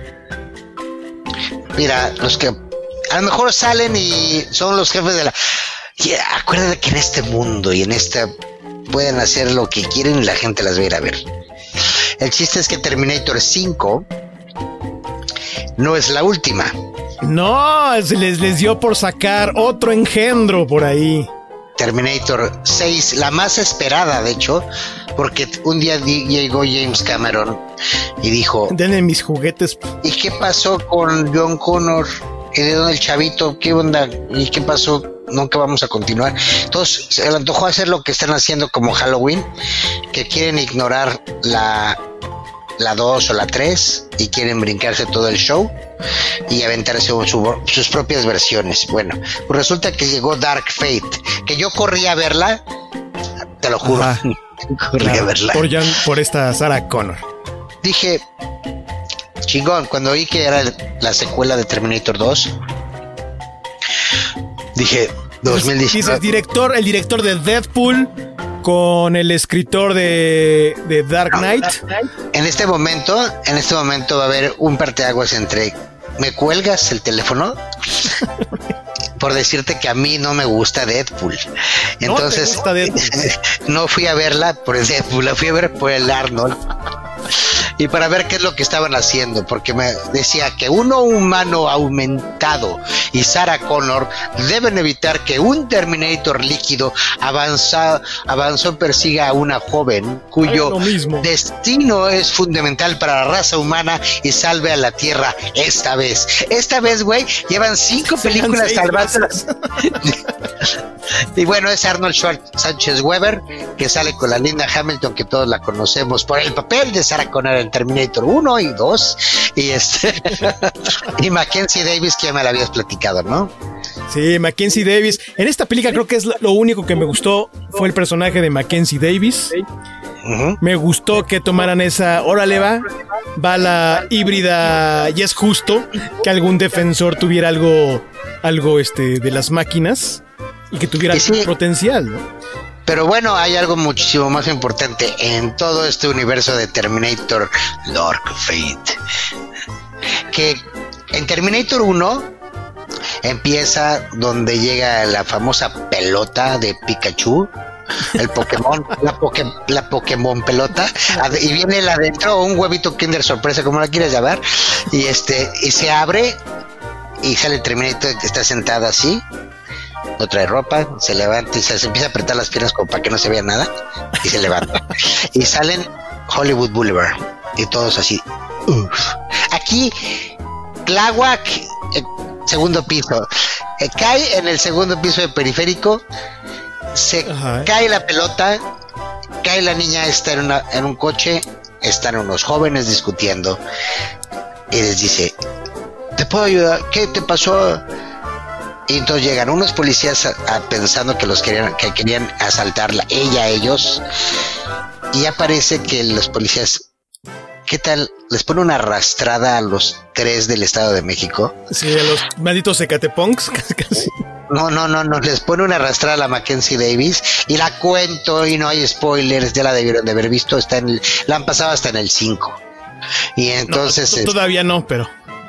Mira, los que a lo mejor salen y son los jefes de la. Yeah, acuérdate que en este mundo y en esta pueden hacer lo que quieren y la gente las va a ir a ver. El chiste es que Terminator cinco no es la última. No, se les, les dio por sacar otro engendro por ahí. Terminator seis, la más esperada, de hecho, porque un día di, llegó James Cameron y dijo: denle mis juguetes. ¿Y qué pasó con John Connor? ¿Y de dónde el chavito? ¿Qué onda? ¿Y qué pasó? Nunca vamos a continuar. Entonces se le antojó hacer lo que están haciendo como Halloween, que quieren ignorar la la dos o la tres y quieren brincarse todo el show y aventarse su, sus propias versiones. Bueno, pues resulta que llegó Dark Fate, que yo corrí a verla, te lo juro. corrí claro, a verla por, Jan, por esta Sarah Connor. Dije, chingón, cuando oí que era la secuela de Terminator dos, dije dos mil diecinueve. Dices, director, el director de Deadpool con el escritor de, de Dark Knight. En este momento, en este momento va a haber un parteaguas entre ¿me cuelgas el teléfono? Por decirte que a mí no me gusta Deadpool. Entonces, no, gusta Deadpool. No fui a verla por el Deadpool, la fui a ver por el Arnold. Y para ver qué es lo que estaban haciendo, porque me decía que uno humano aumentado y Sarah Connor deben evitar que un Terminator líquido avanza, avanzó persiga a una joven cuyo destino es fundamental para la raza humana y salve a la Tierra esta vez. Esta vez, güey, llevan cinco películas salvándolas. Y bueno, es Arnold Sánchez Weber, que sale con la Linda Hamilton, que todos la conocemos por el papel de Sarah Connor en Terminator uno y dos, y este y Mackenzie Davis, que ya me la habías platicado, ¿no? Sí, Mackenzie Davis. En esta película creo que es lo único que me gustó fue el personaje de Mackenzie Davis. Uh-huh. Me gustó que tomaran esa, órale va, va la híbrida, y es justo que algún defensor tuviera algo, algo este de las máquinas y que tuviera sí, potencial, ¿no? Pero bueno, hay algo muchísimo más importante en todo este universo de Terminator Dark Fate. Que en Terminator uno empieza donde llega la famosa pelota de Pikachu, el Pokémon, la, poke, la Pokémon pelota, y viene el adentro, un huevito Kinder sorpresa, como la quieras llamar, y este, y se abre y sale el Terminator que está sentado así. No trae ropa, se levanta y se, se empieza a apretar las piernas como para que no se vea nada y se levanta y salen Hollywood Boulevard y todos así. Uf. Aquí Tláhuac, eh, segundo piso, eh, cae en el segundo piso de Periférico, se Ajá. cae la pelota, cae la niña, está en, una, en un coche, están unos jóvenes discutiendo y les dice: ¿te puedo ayudar? ¿Qué te pasó? Y entonces llegan unos policías a, a, pensando que los querían, que querían asaltarla, ella, ellos, y aparece que los policías, ¿qué tal? Les pone una arrastrada a los tres del Estado de México. Sí, a los malditos Ecateponks, casi. No, no, no, no, les pone una arrastrada a la Mackenzie Davis y la cuento y no hay spoilers, ya la debieron de haber visto, está en el, la han pasado hasta en el cinco. Y entonces... No, todavía no, pero...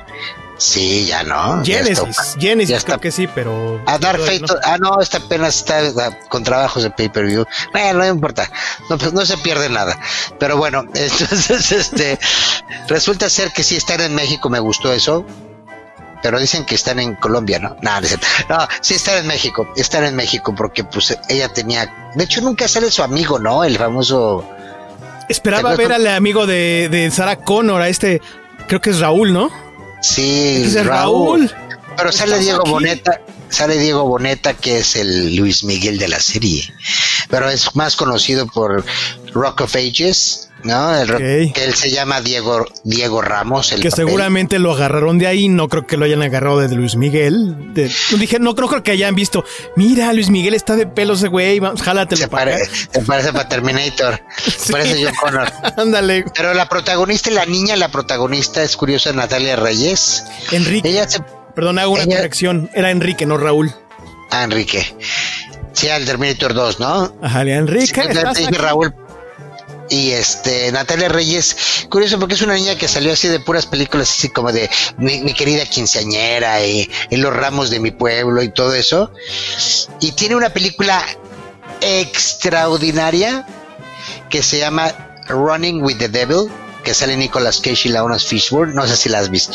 Sí, ya no. Genesis, Genesis ya creo está. Que sí, pero... A Dark Fate, no. ah no, esta apenas está con trabajos de pay-per-view. Bueno, no importa, no, pues no se pierde nada. Pero bueno, entonces este resulta ser que sí están en México, me gustó eso. Pero dicen que están en Colombia, ¿no? No, no, no, sí están en México, están en México porque pues ella tenía... De hecho nunca sale su amigo, ¿no? El famoso... Esperaba ver al amigo de, de Sarah Connor, a este, creo que es Raúl, ¿no? Sí, es Raúl. Raúl. Pero sale Diego aquí? Boneta, sale Diego Boneta, que es el Luis Miguel de la serie. Pero es más conocido por Rock of Ages, ¿no? El okay. rock, que él se llama Diego Diego Ramos. El que papel. Seguramente lo agarraron de ahí, no creo que lo hayan agarrado de Luis Miguel. De, dije, no, no creo que hayan visto, mira, Luis Miguel está de pelo ese güey, vamos, jálatelo. Se, para pare, se parece para Terminator, sí. Parece John Connor. Ándale. Pero la protagonista y la niña, la protagonista es curiosa, Natalia Reyes. Enrique. Ella se, Perdón, hago una ella, corrección, era Enrique, no Raúl. Ah, Enrique. Sí, al Terminator dos, ¿no? Ajá, Enrique. Sí, Raúl. Y este, Natalia Reyes, curioso porque es una niña que salió así de puras películas así como de mi, mi querida quinceañera y, y Los Ramos de mi Pueblo y todo eso. Y tiene una película extraordinaria que se llama Running with the Devil, que sale Nicolas Cage y Laurence Fishburne, no sé si la has visto.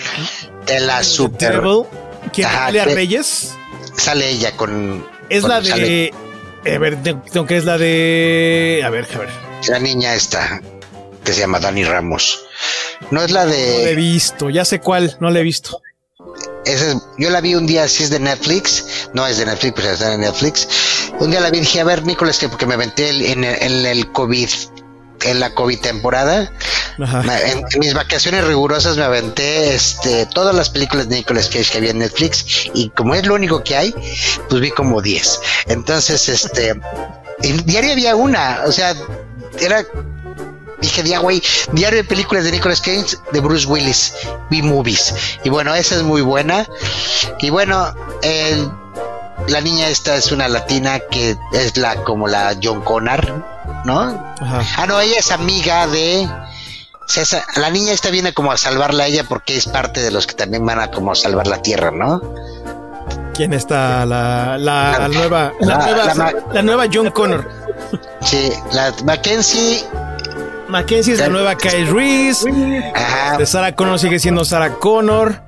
De la super... Devil. ¿Quién sale a Reyes? Sale ella con... Es con, la de... Sale, a ver, tengo que es la de... A ver, a ver. La niña esta, que se llama Dani Ramos. No es la de... No la he visto, ya sé cuál, no la he visto. Esa es, yo la vi un día, si es de Netflix. No es de Netflix, pues está en Netflix. Un día la vi y dije, a ver, Nicolás, que porque me aventé el, en, el, en el COVID... En la COVID temporada, en, en mis vacaciones rigurosas me aventé este, todas las películas de Nicolas Cage que había en Netflix, y como es lo único que hay, pues vi como diez. Entonces, este, en diario había una, o sea, era, dije, día, güey, diario de películas de Nicolas Cage, de Bruce Willis, B-Movies. Y bueno, esa es muy buena. Y bueno, el, la niña esta es una latina que es la como la John Connor, ¿no? Ajá. Ah, no, ella es amiga de... O sea, esa, la niña esta viene como a salvarla a ella porque es parte de los que también van a como a salvar la tierra, ¿no? ¿Quién está? La, la, la nueva... La, la, nueva la, la, la nueva John Connor. Sí, la Mackenzie... Mackenzie es la, la nueva Kyle Reese. Ajá. De Sarah Connor sigue siendo Sarah Connor.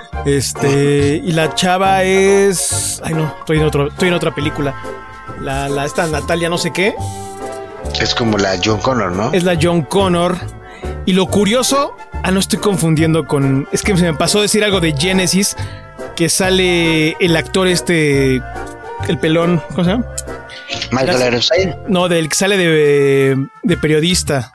Este... Y la chava es... Ay, no, estoy en, otro, estoy en otra película. La, la esta Natalia no sé qué. Es como la John Connor, ¿no? Es la John Connor. Y lo curioso... Ah, no estoy confundiendo con... Es que se me pasó decir algo de Genesis, que sale el actor este... El pelón... ¿Cómo se llama? Michael Ironside. No, del que sale de, de periodista.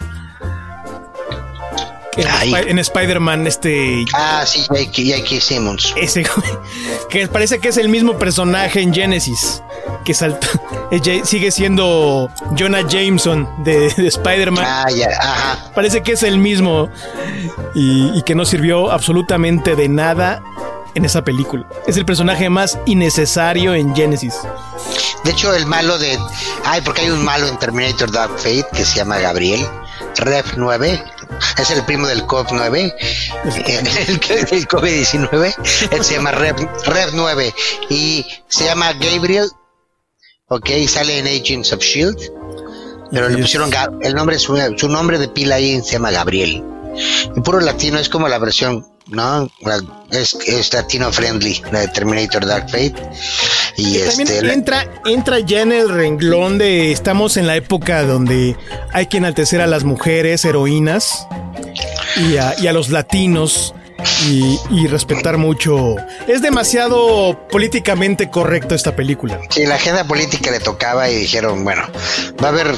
En, en Spider-Man, este... Ah, sí, J K. Simmons. Ese, que parece que es el mismo personaje en Genesis. Que salta, sigue siendo Jonah Jameson de, de Spider-Man. Ah, ya, ajá. Parece que es el mismo. Y, y que no sirvió absolutamente de nada en esa película. Es el personaje más innecesario en Genesis. De hecho, el malo de... Ay, porque hay un malo en Terminator Dark Fate que se llama Gabriel. Rev nueve. Es el primo del COVID nueve. El, el COVID diecinueve. Él se llama Rev, Rev nueve. Y se llama Gabriel. Ok, sale en Agents of S H I E L D. Pero le pusieron... El nombre, su, su nombre de pila ahí se llama Gabriel. Y puro latino, es como la versión... ¿no? Es, es latino friendly, la de Terminator Dark Fate. Y que este también entra, entra ya en el renglón de estamos en la época donde hay que enaltecer a las mujeres heroínas y a, y a los latinos y, y respetar mucho. Es demasiado políticamente correcto esta película. Sí, la agenda política le tocaba y dijeron, bueno, va a haber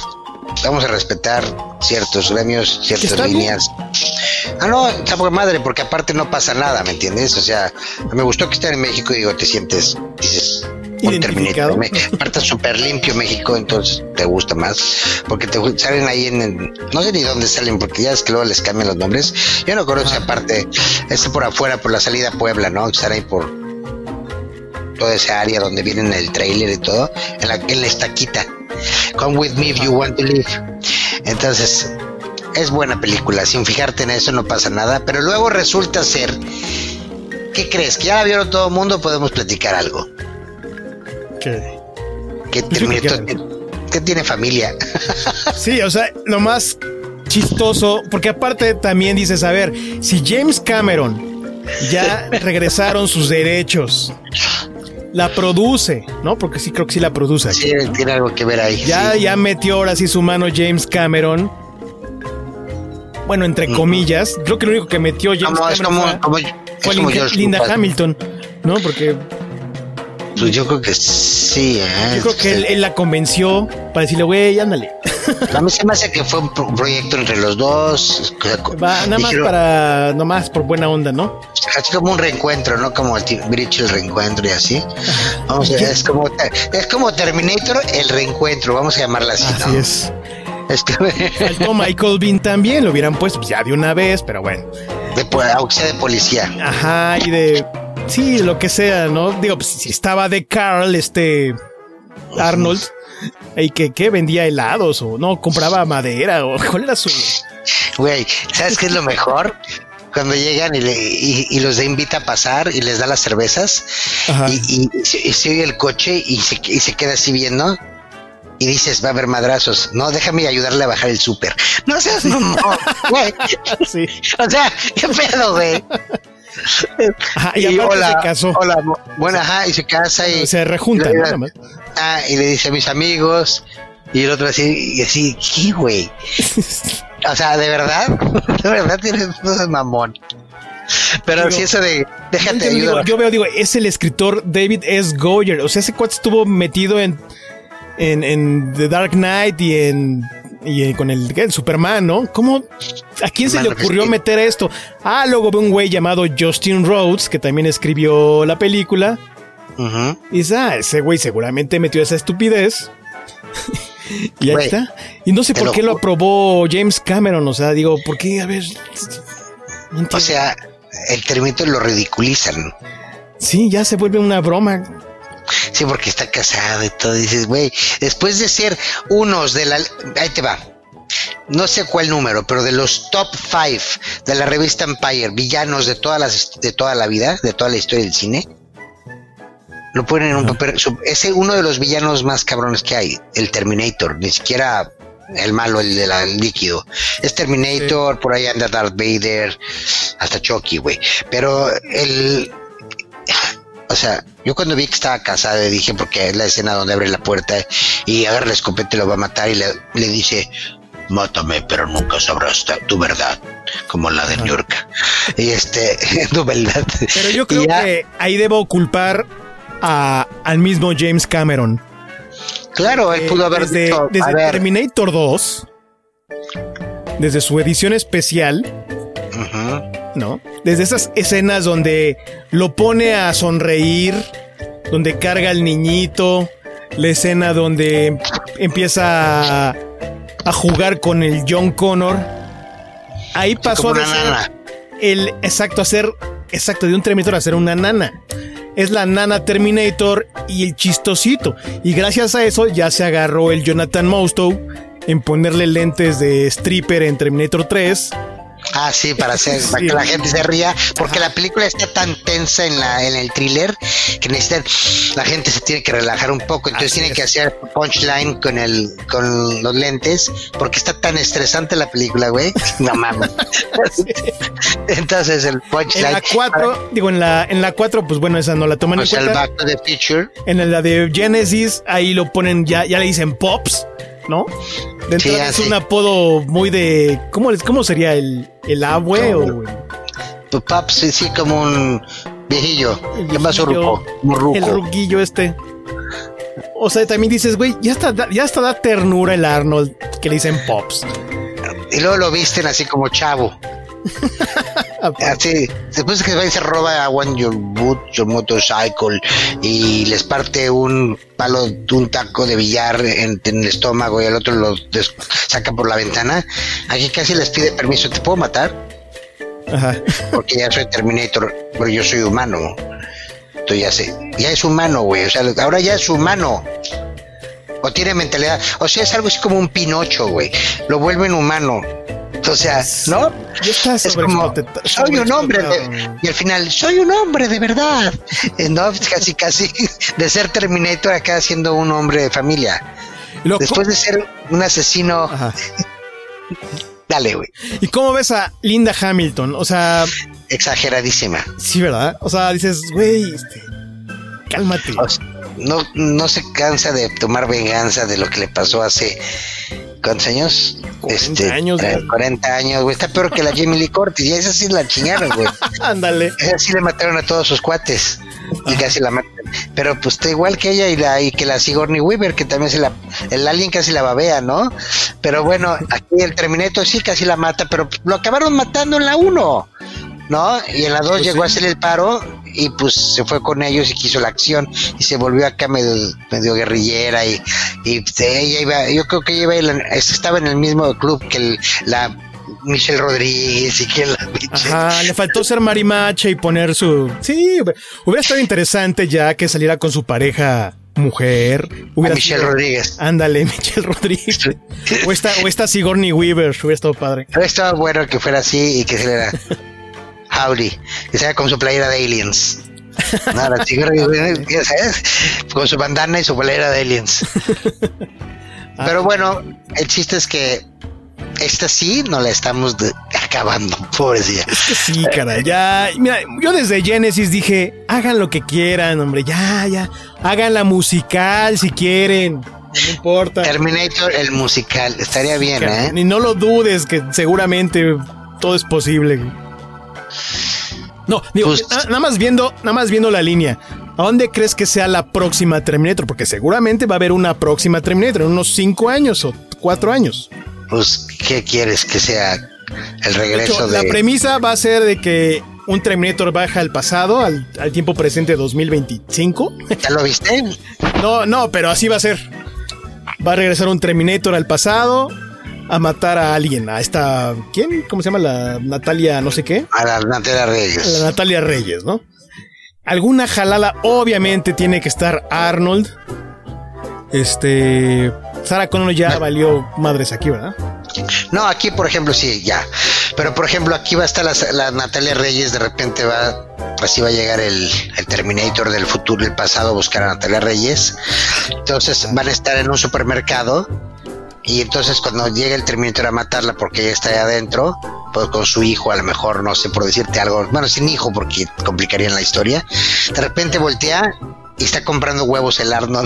vamos a respetar ciertos gremios, ciertas líneas. Bien. Ah, no, está por madre, porque aparte no pasa nada, ¿me entiendes? O sea, me gustó que esté en México y digo, te sientes, dices, un Terminator. Aparte es súper limpio México, entonces te gusta más, porque te salen ahí en, en, no sé ni dónde salen, porque ya es que luego les cambian los nombres. Yo no conozco esa parte, es por afuera, por la salida a Puebla, ¿no? Están ahí por toda esa área donde vienen el trailer y todo, en la, en la estaquita. Come with me if you want to live. Entonces, es buena película, sin fijarte en eso no pasa nada, pero luego resulta ser, ¿qué crees? ¿Que ya la vieron todo el mundo? Podemos platicar algo. ¿Qué? Que Terminator que, que tiene familia. Sí, o sea, lo más chistoso, porque aparte también dices, a ver, si James Cameron ya regresaron sus derechos, la produce, ¿no? Porque sí creo que sí la produce aquí. Sí, tiene algo que ver ahí. Ya, sí. ya metió ahora sí su mano James Cameron. Bueno, entre mm. comillas. Creo que lo único que metió James como, Cameron como, fue, como, fue Linda, Linda Hamilton, ¿no? Porque... Pues yo creo que sí, ¿eh? Yo creo que él, él la convenció para decirle, güey, ándale. A mí se me hace que fue un proyecto entre los dos. Va, nada dijeron, más para, nomás por buena onda, ¿no? Así como un reencuentro, ¿no? Como el Bridge, el reencuentro y así. Vamos a, es como es como Terminator, el reencuentro, vamos a llamarla así, así ¿no? es. Es que... Faltó Michael Biehn también, lo hubieran puesto pues, ya de una vez, pero bueno. De, aunque sea de policía. Ajá, y de... Sí, lo que sea, ¿no? Digo, pues si estaba de Carl, este... Arnold, y que, que vendía helados, o no, compraba madera, o cuál era su... Güey, ¿sabes qué es lo mejor? Cuando llegan y, le, y, y los invita a pasar y les da las cervezas, y, y, y se oye el coche y se, y se queda así viendo. Y dices, va a haber madrazos. No, déjame ayudarle a bajar el súper. No seas mamón, güey. Sí. O sea, qué pedo, güey. Ajá, y, y hola, se casó. Hola, bueno, ajá, y se casa y... Se rejuntan, nada más. Ah, y le dice a mis amigos, y el otro así, y así, ¿qué, güey? O sea, ¿de verdad? ¿De verdad tienes un mamón? Pero si eso de, déjate ayudar. Yo veo, digo, es el escritor David S. Goyer. O sea, ese cuate estuvo metido en... En, en The Dark Knight y en y en, con el, el Superman, ¿no? ¿Cómo? ¿A quién se Man, le ocurrió meter esto? Ah, luego ve un güey llamado Justin Rhodes, que también escribió la película. Uh-huh. Y dice, ah, ese güey seguramente metió esa estupidez. Y ahí wey, está. Y no sé por qué lo, lo aprobó James Cameron. O sea, digo, ¿por qué? A ver. No o sea, el Terminator lo ridiculizan. Sí, ya se vuelve una broma. Sí, porque está casado y todo. Dices, güey, después de ser unos de la... Ahí te va. No sé cuál número, pero de los top five de la revista Empire, villanos de todas las de toda la vida, de toda la historia del cine, lo ponen en un papel. Es uno de los villanos más cabrones que hay, el Terminator. Ni siquiera el malo, el del líquido. Es Terminator, sí. Por ahí anda Darth Vader, hasta Chucky, güey. Pero el... O sea, yo cuando vi que estaba casado dije, porque es la escena donde abre la puerta y agarra la escopeta y lo va a matar y le, le dice, mátame, pero nunca sabrás tu verdad, como la de New York. Y este, tu verdad. Pero yo creo ya, que ahí debo culpar a, al mismo James Cameron. Claro, él pudo haber desde, dicho, desde Terminator dos, desde su edición especial, uh-huh. ¿no? Desde esas escenas donde lo pone a sonreír, donde carga al niñito, la escena donde empieza a, a jugar con el John Connor, ahí pasó sí, a ser nana. el exacto a ser exacto de un Terminator a ser una nana. Es la nana Terminator y el chistosito. Y gracias a eso ya se agarró el Jonathan Mostow en ponerle lentes de stripper en Terminator tres. Ah, sí, para hacer, sí. Para que la gente se ría, porque Ajá. La película está tan tensa en la en el thriller que necesitan, la gente se tiene que relajar un poco, entonces Así tiene es. que hacer punchline con el con los lentes, porque está tan estresante la película, güey. No mames. Entonces el punchline. En la cuatro, digo en la en la cuatro, pues bueno, esa no la toman o en sea, cuenta. El Back to the Future. En la de Genesis ahí lo ponen ya ya le dicen Pops, ¿no? De entrada sí, es sí. un apodo muy de... ¿Cómo, cómo sería? ¿El, el abue o...? Tu pap, sí, sí, como un viejillo. El más ruco, un ruco. El ruquillo este. O sea, también dices, güey, ya está, ya está da ternura el Arnold. que le dicen Pops. Y luego lo visten así como chavo. Así, después que va y se roba a One Your Boot, Your Motorcycle y les parte un palo, un taco de billar en, en el estómago y el otro lo des, saca por la ventana. Aquí casi les pide permiso, ¿te puedo matar? Ajá. Porque ya soy Terminator, pero yo soy humano. Entonces ya sé, ya es humano, güey. O sea, ahora ya es humano. O tiene mentalidad, o sea, es algo así como un Pinocho, güey. Lo vuelven humano. O sea, ¿no? Es como, soy un hombre de, y al final, soy un hombre de verdad. No, casi, casi de ser Terminator acá siendo un hombre de familia. Loco. Después de ser un asesino. Ajá. Dale, güey. ¿Y cómo ves a Linda Hamilton? O sea, exageradísima. Sí, ¿verdad? O sea, dices, güey, este, cálmate. O sea, no, no se cansa de tomar venganza de lo que le pasó hace ¿cuántos años? cuarenta este, años, güey. cuarenta años, güey. Está peor que la Jamie Lee Curtis. Y esa sí la chingaron, güey. Ándale. Esa sí le mataron a todos sus cuates. Y casi la matan. Pero pues está igual que ella y la y que la Sigourney Weaver, que también se la. El Alien casi la babea, ¿no? Pero bueno, aquí el Terminator sí casi la mata, pero lo acabaron matando en la uno, ¿no? Y en la dos pues llegó sí. a hacer el paro y pues se fue con ellos y quiso la acción y se volvió acá medio, medio guerrillera y, y ella iba, yo creo que ella iba, estaba en el mismo club que el, la Michelle Rodríguez y que la Michelle. Ajá, le faltó ser marimacha y poner su... Sí, hubiera estado interesante ya que saliera con su pareja mujer. Hubiera Michelle sido... Rodríguez. Ándale, Michelle Rodríguez. o esta, o esta Sigourney Weaver, hubiera estado padre. Hubiera estado bueno que fuera así y que se le era... Howdy, que sea con su playera de Aliens. Nada, ya sabes, con su bandana y su playera de Aliens. Pero bueno, el chiste es que esta sí no la estamos de- acabando, pobrecilla. Es que sí, cara, ya. Mira, yo desde Genesis dije, hagan lo que quieran, hombre, ya, ya. Hagan la musical si quieren. No importa. Terminator, el musical, estaría bien, ¿eh? Y no lo dudes, que seguramente todo es posible. No, digo, pues, nada más viendo, nada más viendo la línea. ¿A dónde crees que sea la próxima Terminator? Porque seguramente va a haber una próxima Terminator en unos cinco años o cuatro años. Pues, ¿qué quieres que sea el regreso de, hecho, de... La premisa va a ser de que un Terminator baja al pasado, al, al tiempo presente de dos mil veinticinco. ¿Ya lo viste? No, no, pero así va a ser. Va a regresar un Terminator al pasado a matar a alguien, a esta... ¿Quién? ¿Cómo se llama? La Natalia no sé qué. A la Natalia Reyes. La Natalia Reyes, ¿no? Alguna jalada, obviamente tiene que estar Arnold. Este... Sarah Connor ya no. valió madres aquí, ¿verdad? No, aquí por ejemplo sí, ya. Pero por ejemplo aquí va a estar la, la Natalia Reyes, de repente va... Así va a llegar el, el Terminator del futuro y el pasado a buscar a Natalia Reyes. Entonces van a estar en un supermercado. Y entonces cuando llega el Terminator a matarla porque ella está ahí adentro, pues con su hijo, a lo mejor, no sé, por decirte algo, bueno, sin hijo porque complicarían la historia, de repente voltea y está comprando huevos el Arnold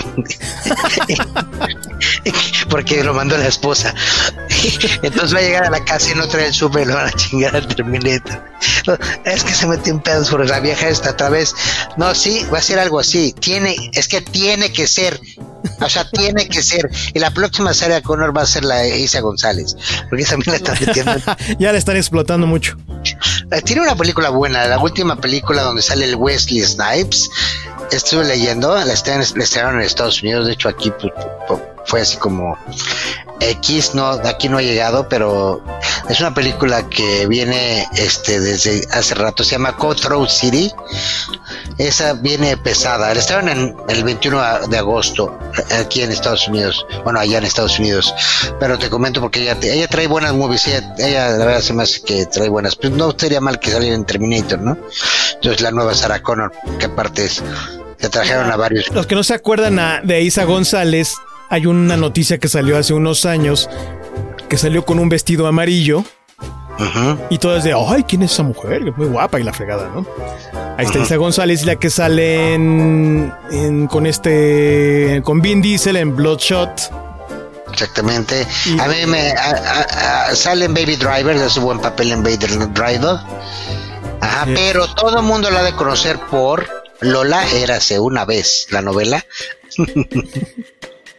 porque lo mandó la esposa. Entonces va a llegar a la casa y no trae el súper y lo van a chingar al Terminator. Es que se metió en pedos por la vieja esta otra vez. No, sí, va a ser algo así. Tiene, es que tiene que ser. O sea, tiene que ser. Y la próxima Sarah Connor va a ser la Isa González, porque también la están metiendo. Ya la están explotando mucho. Tiene una película buena, la última película donde sale el Wesley Snipes. Estuve leyendo, la estrenaron en Estados Unidos. De hecho aquí pues, fue así como X, no, aquí no ha llegado, pero es una película que viene este desde hace rato, se llama Cutthroat City. Esa viene pesada, la estaban en el veintiuno de agosto aquí en Estados Unidos, bueno, allá en Estados Unidos, pero te comento porque ella, ella trae buenas movies, ella, ella la verdad se me hace que trae buenas, pues no sería mal que saliera en Terminator, ¿no? Entonces la nueva Sarah Connor, que aparte es, se trajeron a varios. Los que no se acuerdan a, de Isa González, hay una noticia que salió hace unos años, que salió con un vestido amarillo. Uh-huh. Y todo es de, ay, ¿quién es esa mujer? Muy guapa y la fregada, ¿no? Ahí está uh-huh. Isa González, la que sale en, en, con este, con Vin Diesel en Bloodshot. Exactamente. Y, a mí me a, a, a, sale en Baby Driver, hace buen papel en Baby Driver. Ajá, sí. Pero todo el mundo la ha de conocer por Lola Érase una vez, la novela.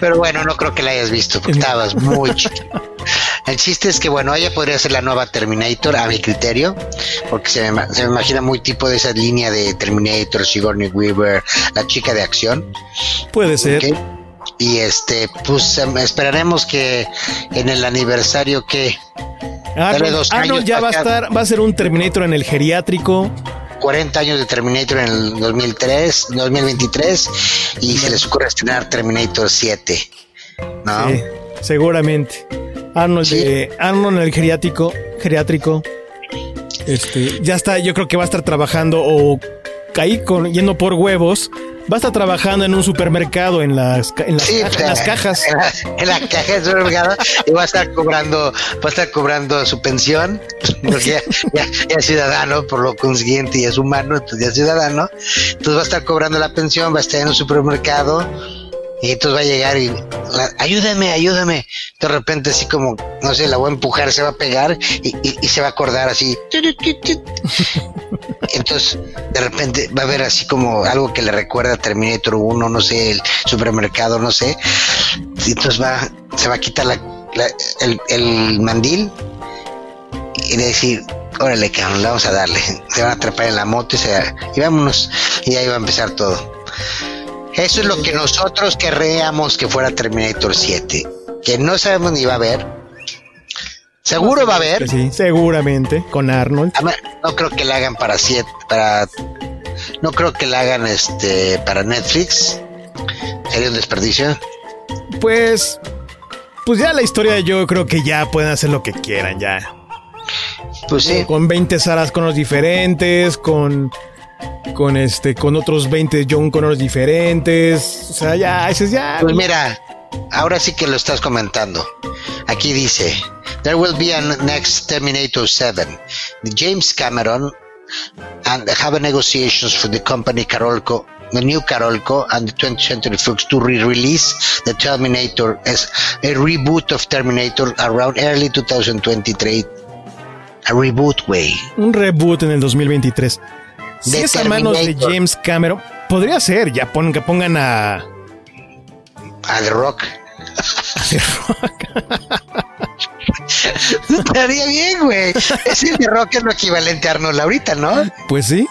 Pero bueno, no creo que la hayas visto, porque estabas muy chiquito. El chiste es que, bueno, ella podría ser la nueva Terminator, a mi criterio, porque se me, se me imagina muy tipo de esa línea de Terminator, Sigourney Weaver, la chica de acción. Puede ser. ¿Okay? Y este, pues esperaremos que en el aniversario que... Arnold, dos Arnold años ya va a estar, va a ser un Terminator en el geriátrico. cuarenta años de Terminator en el dos mil tres, dos mil veintitrés, y no. se les ocurre estrenar Terminator siete, ¿no? Sí, seguramente. Arnold, sí. eh, Arnold en el geriátrico, geriátrico, este, ya está, yo creo que va a estar trabajando o ahí con, yendo por huevos. Va a estar trabajando en un supermercado en las, en las, sí, cajas, en las cajas. En la, en la caja del supermercado y va a estar cobrando, va a estar cobrando su pensión, porque ya, ya, ya es ciudadano, por lo consiguiente ya es humano, entonces ya es ciudadano. Entonces va a estar cobrando la pensión, va a estar en un supermercado y entonces va a llegar y la, ayúdame, ayúdame. De repente así como, no sé, la voy a empujar, se va a pegar y, y, y se va a acordar así. Entonces, de repente va a haber así como algo que le recuerda a Terminator uno, no sé, el supermercado, no sé. Y entonces va, se va a quitar la, la, el, el mandil y le decir, órale, cabrón, vamos a darle. Se van a atrapar en la moto y, se, y vámonos. Y ahí va a empezar todo. Eso es lo que nosotros querríamos que fuera Terminator siete. Que no sabemos ni va a haber. Seguro va a haber. Sí, seguramente, con Arnold. No creo que la hagan para siete, para no creo que la hagan este para Netflix. Sería un desperdicio. Pues pues ya la historia, yo creo que ya pueden hacer lo que quieran ya. Pues sí. Con veinte Sarah Connors diferentes, con con este con otros veinte John Connors diferentes, o sea, ya ese es ya. Pues mira, ahora sí que lo estás comentando. Aquí dice, there will be a next Terminator seven. James Cameron and have negotiations for the company Carolco, the new Carolco and the twentieth Century Fox to re-release the Terminator as a reboot of Terminator around early twenty twenty-three. A reboot, güey. Un reboot en el dos mil veintitrés. Si es a manos de James Cameron, podría ser, ya pon, que pongan a... A The Rock. A The Rock. Estaría bien, güey. Ese The Rock es lo equivalente a Arnold ahorita, ¿no? Pues sí.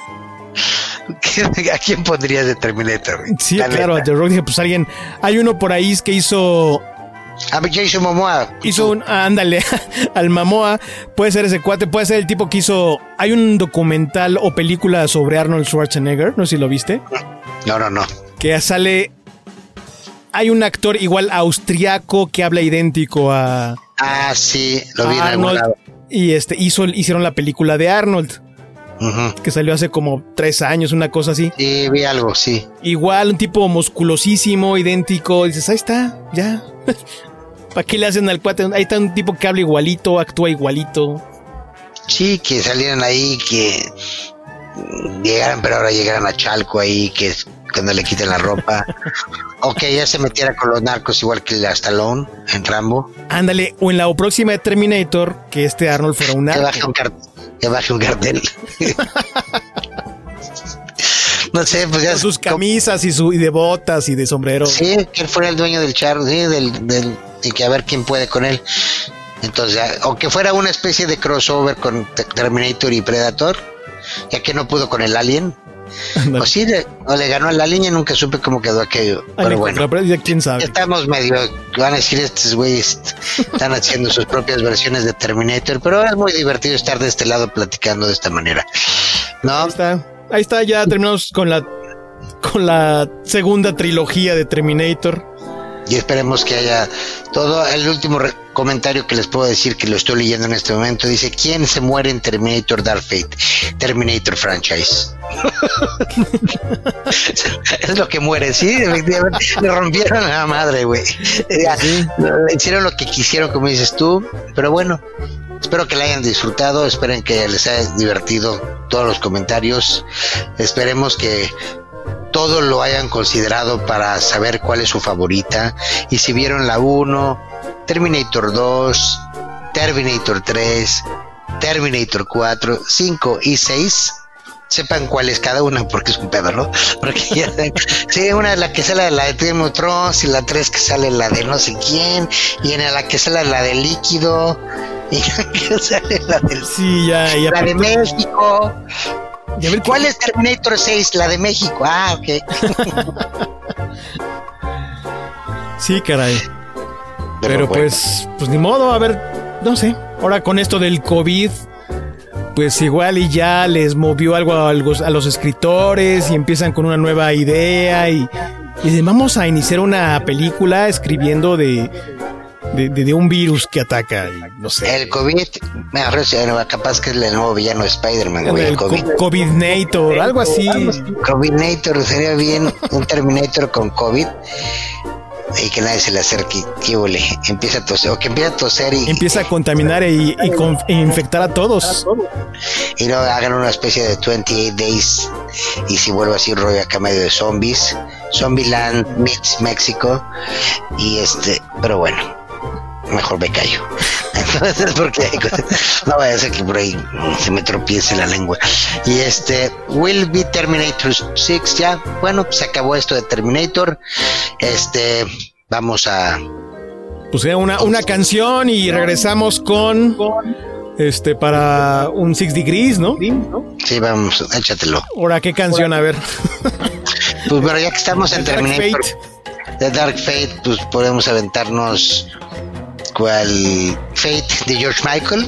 ¿A quién pondrías de Terminator, güey? Sí, la claro, neta. A The Rock. Dije, pues alguien... Hay uno por ahí que hizo... A Jason Momoa. Hizo un... Ándale, al Momoa. Puede ser ese cuate, puede ser el tipo que hizo... Hay un documental o película sobre Arnold Schwarzenegger, no sé si lo viste. No, no, no. Que sale... Hay un actor igual austriaco que habla idéntico a... Ah, sí, lo vi en algún lado. Y este, hizo, hicieron la película de Arnold. Uh-huh. Que salió hace como tres años, una cosa así. Sí, vi algo, sí. Igual, un tipo musculosísimo, idéntico. Dices, ahí está, ya. ¿Para qué le hacen al cuate? Ahí está un tipo que habla igualito, actúa igualito. Sí, que salieran ahí, que llegaran, pero ahora llegaran a Chalco ahí, que cuando le quiten la ropa. O que ya se metiera con los narcos igual que el Stallone en Rambo. Ándale, o en la próxima de Terminator, que este Arnold fuera un narco. Que baje un, car- que baje un cartel. No sé, pues ya... Con sus camisas y, su, y de botas y de sombrero. Sí, que él fuera el dueño del charro, sí, del, del, y que a ver quién puede con él. Entonces, ya, o que fuera una especie de crossover con Terminator y Predator, ya que no pudo con el Alien. O sí, le, o le ganó a la línea, nunca supe cómo quedó aquello. Ay, pero bueno, pero quién sabe. Estamos medio, van a decir, estos güeyes están haciendo sus propias versiones de Terminator, pero es muy divertido estar de este lado platicando de esta manera, ¿no? Ahí está, ahí está, ya terminamos con la con la segunda trilogía de Terminator. Y esperemos que haya todo. El último re- comentario que les puedo decir, que lo estoy leyendo en este momento, dice: ¿quién se muere en Terminator Dark Fate? Terminator franchise. Es lo que muere, sí, efectivamente. Le rompieron a la madre, güey. ¿Sí? Hicieron lo que quisieron, como dices tú, pero bueno, espero que la hayan disfrutado, esperen que les haya divertido todos los comentarios, esperemos que todo lo hayan considerado para saber cuál es su favorita, y si vieron la uno, Terminator dos, Terminator tres, Terminator cuatro, cinco y seis, sepan cuál es cada una, porque es un pedo, ¿no? Porque ya, sí, una es la que sale la de Game of Thrones, y la tres que sale la de no sé quién, y en la que sale la de Líquido, y la que sale la del... Sí, ya, ya. La de México. Y a ver, ¿cuál es Terminator seis? La de México. Ah, ok. Sí, caray. Pero, Pero bueno. pues, pues ni modo, a ver, no sé. Ahora con esto del COVID, pues igual y ya les movió algo a los, a los escritores y empiezan con una nueva idea y, y vamos a iniciar una película escribiendo de, de, de, de un virus que ataca, y no sé. El COVID, me capaz que es el nuevo villano de Spider-Man, güey. El, el COVID. COVIDnator, algo así. COVIDnator, sería bien un Terminator con COVID. Y que nadie se le acerque, qué huele, empieza a toser, o que empieza a toser y... Empieza a contaminar y, y, con, e infectar a todos. Y luego hagan una especie de veintiocho Days, y si vuelve así un rollo acá medio de zombies, Zombieland meets México, y este, pero bueno, mejor me callo. Entonces, porque no vaya a ser que por ahí se me tropiece la lengua. Y este, Will Be Terminator seis, ya, bueno, se acabó esto de Terminator. Este, vamos a... Pues una, una canción y regresamos con... Este, para un Six Degrees, ¿no? Sí, vamos, échatelo. Ahora, ¿qué canción? A ver. Pues bueno, ya que estamos en Terminator, The Dark Fate, pues podemos aventarnos... ¿Cuál? Fate de George Michael.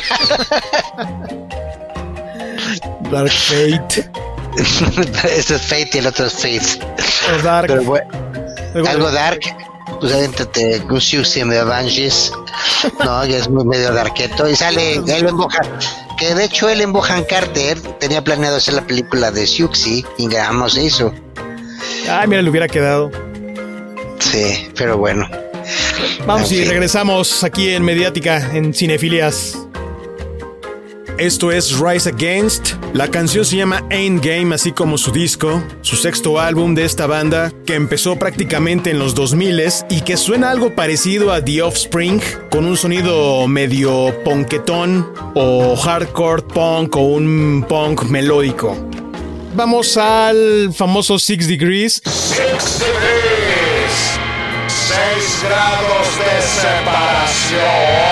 Dark Fate. Este es Fate y el otro es Faith. O Dark. Pero bueno, algo dark. Pues avéntate Goose de Banshees. No, ya es muy medio darketo. Y sale Ellen Bonham, que de hecho Ellen Bonham Carter tenía planeado hacer la película de Siouxsie y grabamos eso. Ay, mira, le hubiera quedado. Sí, pero bueno. Vamos y regresamos aquí en Mediática, en Cinefilias. Esto es Rise Against. La canción se llama Endgame, así como su disco, su sexto álbum de esta banda, que empezó prácticamente en los dos miles y que suena algo parecido a The Offspring, con un sonido medio punketón o hardcore punk o un punk melódico. Vamos al famoso Six Degrees. Six Degrees. Seis grados de separación.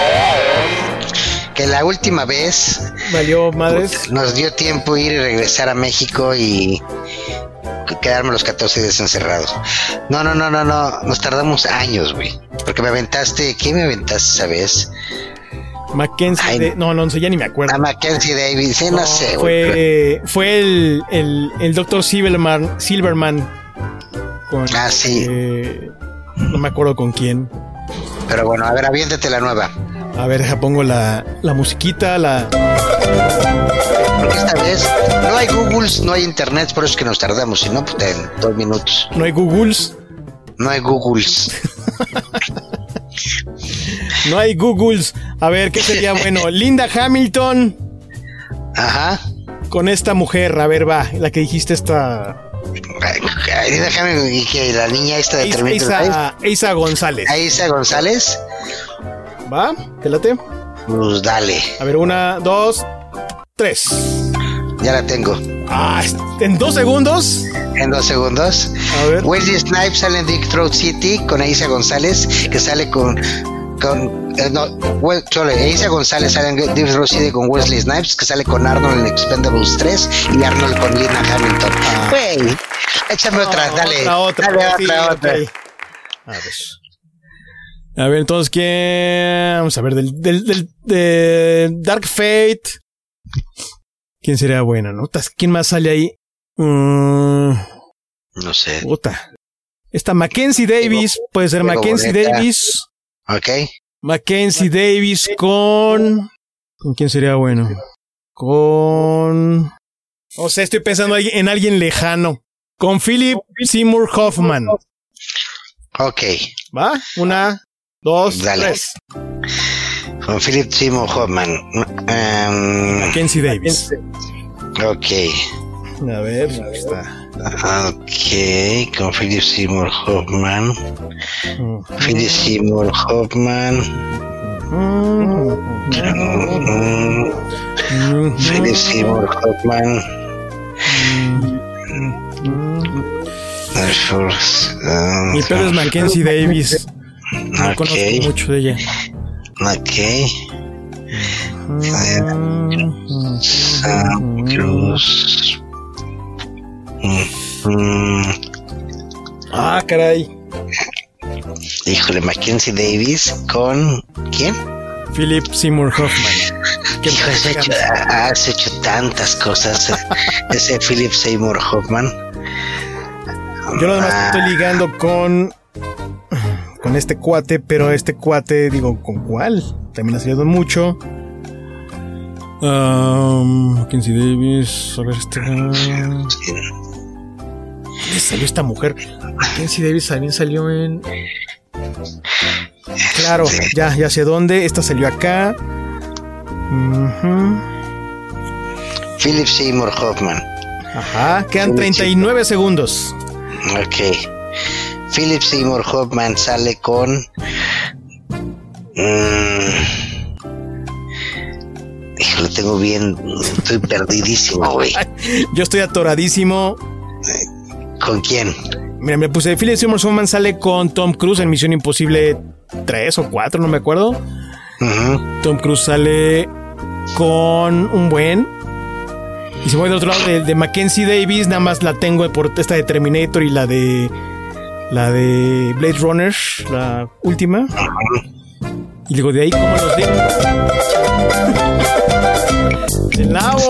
Que la última vez valió madres. Nos dio tiempo ir y regresar a México y quedarme los catorce días encerrados. No, no, no, no, no. Nos tardamos años, güey. Porque me aventaste. ¿Qué me aventaste esa vez? Mackenzie. Ay, de, no, no sé, ya ni me acuerdo. A Mackenzie Davis, sí, no, no sé, güey. Fue, fue el, el, el doctor Silverman. Silverman con, ah, sí. Eh, no me acuerdo con quién. Pero bueno, a ver, aviéntate la nueva. A ver, ya pongo la, la musiquita, la... Porque esta vez no hay Googles, no hay internet, por eso es que nos tardamos, si no, pues en dos minutos. ¿No hay Googles? No hay Googles. No hay Googles. A ver, ¿qué sería bueno? Linda Hamilton. Ajá. Con esta mujer, a ver, va, la que dijiste esta... Linda Hamilton y que la niña esta de Terminator. Eiza González. Eiza González. ¿Va? ¿Te late? Pues dale. A ver, una, dos, tres. Ya la tengo. Ah, ¿en dos segundos? En dos segundos. A ver. Wesley Snipes sale en Deep Throat City con Eiza González, que sale con... con eh, no, well, solo Eiza González sale en Deep Throat City con Wesley Snipes, que sale con Arnold en Expendables tres y Arnold con Linda Hamilton. Güey, ah. échame no, otra, dale. Otra, otra. Dale, sí, otra, otra. Okay. A ver. A ver, entonces, ¿quién? Vamos a ver, del, del, del de Dark Fate. ¿Quién sería bueno, no? ¿Quién más sale ahí? Mm, no sé. Puta. Está Mackenzie Davis, Diego, puede ser Diego Mackenzie Boneta. Davis. Ok. Mackenzie Davis con... ¿Con quién sería bueno? Con... O sea, estoy pensando en alguien lejano. Con Philip Seymour Hoffman. Ok. ¿Va? Una... Dos, dale. Tres. Con Philip Seymour Hoffman. Um, Mackenzie Davis. Ok. A ver, ahí está. Ok, con Philip Seymour Hoffman. Uh-huh. Philip Seymour Hoffman. Uh-huh. Uh-huh. Philip Seymour Hoffman. Um, Mi peor es Mackenzie Davis. No okay. conozco mucho de ella. Ok. Sam Cruz. Mm-hmm. Ah, caray. Híjole, Mackenzie Davis con ¿quién? Philip Seymour Hoffman. ¿Qué has, hecho, has hecho tantas cosas. Ese Philip Seymour Hoffman. Yo lo demás ah. estoy ligando con con este cuate, pero este cuate, digo, ¿con cuál? También ha salido mucho. Um, Mackenzie Davis, a ver este. ¿Dónde salió esta mujer? Mackenzie Davis también salió en. Claro, sí. ya, ya sé dónde. Esta salió acá. Uh-huh. Philip Seymour Hoffman. Ajá, quedan Philip treinta y nueve Seymour. Segundos. Ok. Philip Seymour Hoffman sale con. Mmm, Hijo, lo tengo bien. Estoy perdidísimo, güey. Yo estoy atoradísimo. ¿Con quién? Mira, me puse. Philip Seymour Hoffman sale con Tom Cruise en Misión Imposible tres o cuatro, no me acuerdo. Uh-huh. Tom Cruise sale con un buen. Y si voy del otro lado de, de Mackenzie Davis, nada más la tengo por esta de Terminator y la de la de Blade Runner, la última. Uh-huh. Y digo, de ahí como los digo. ¡El nabo!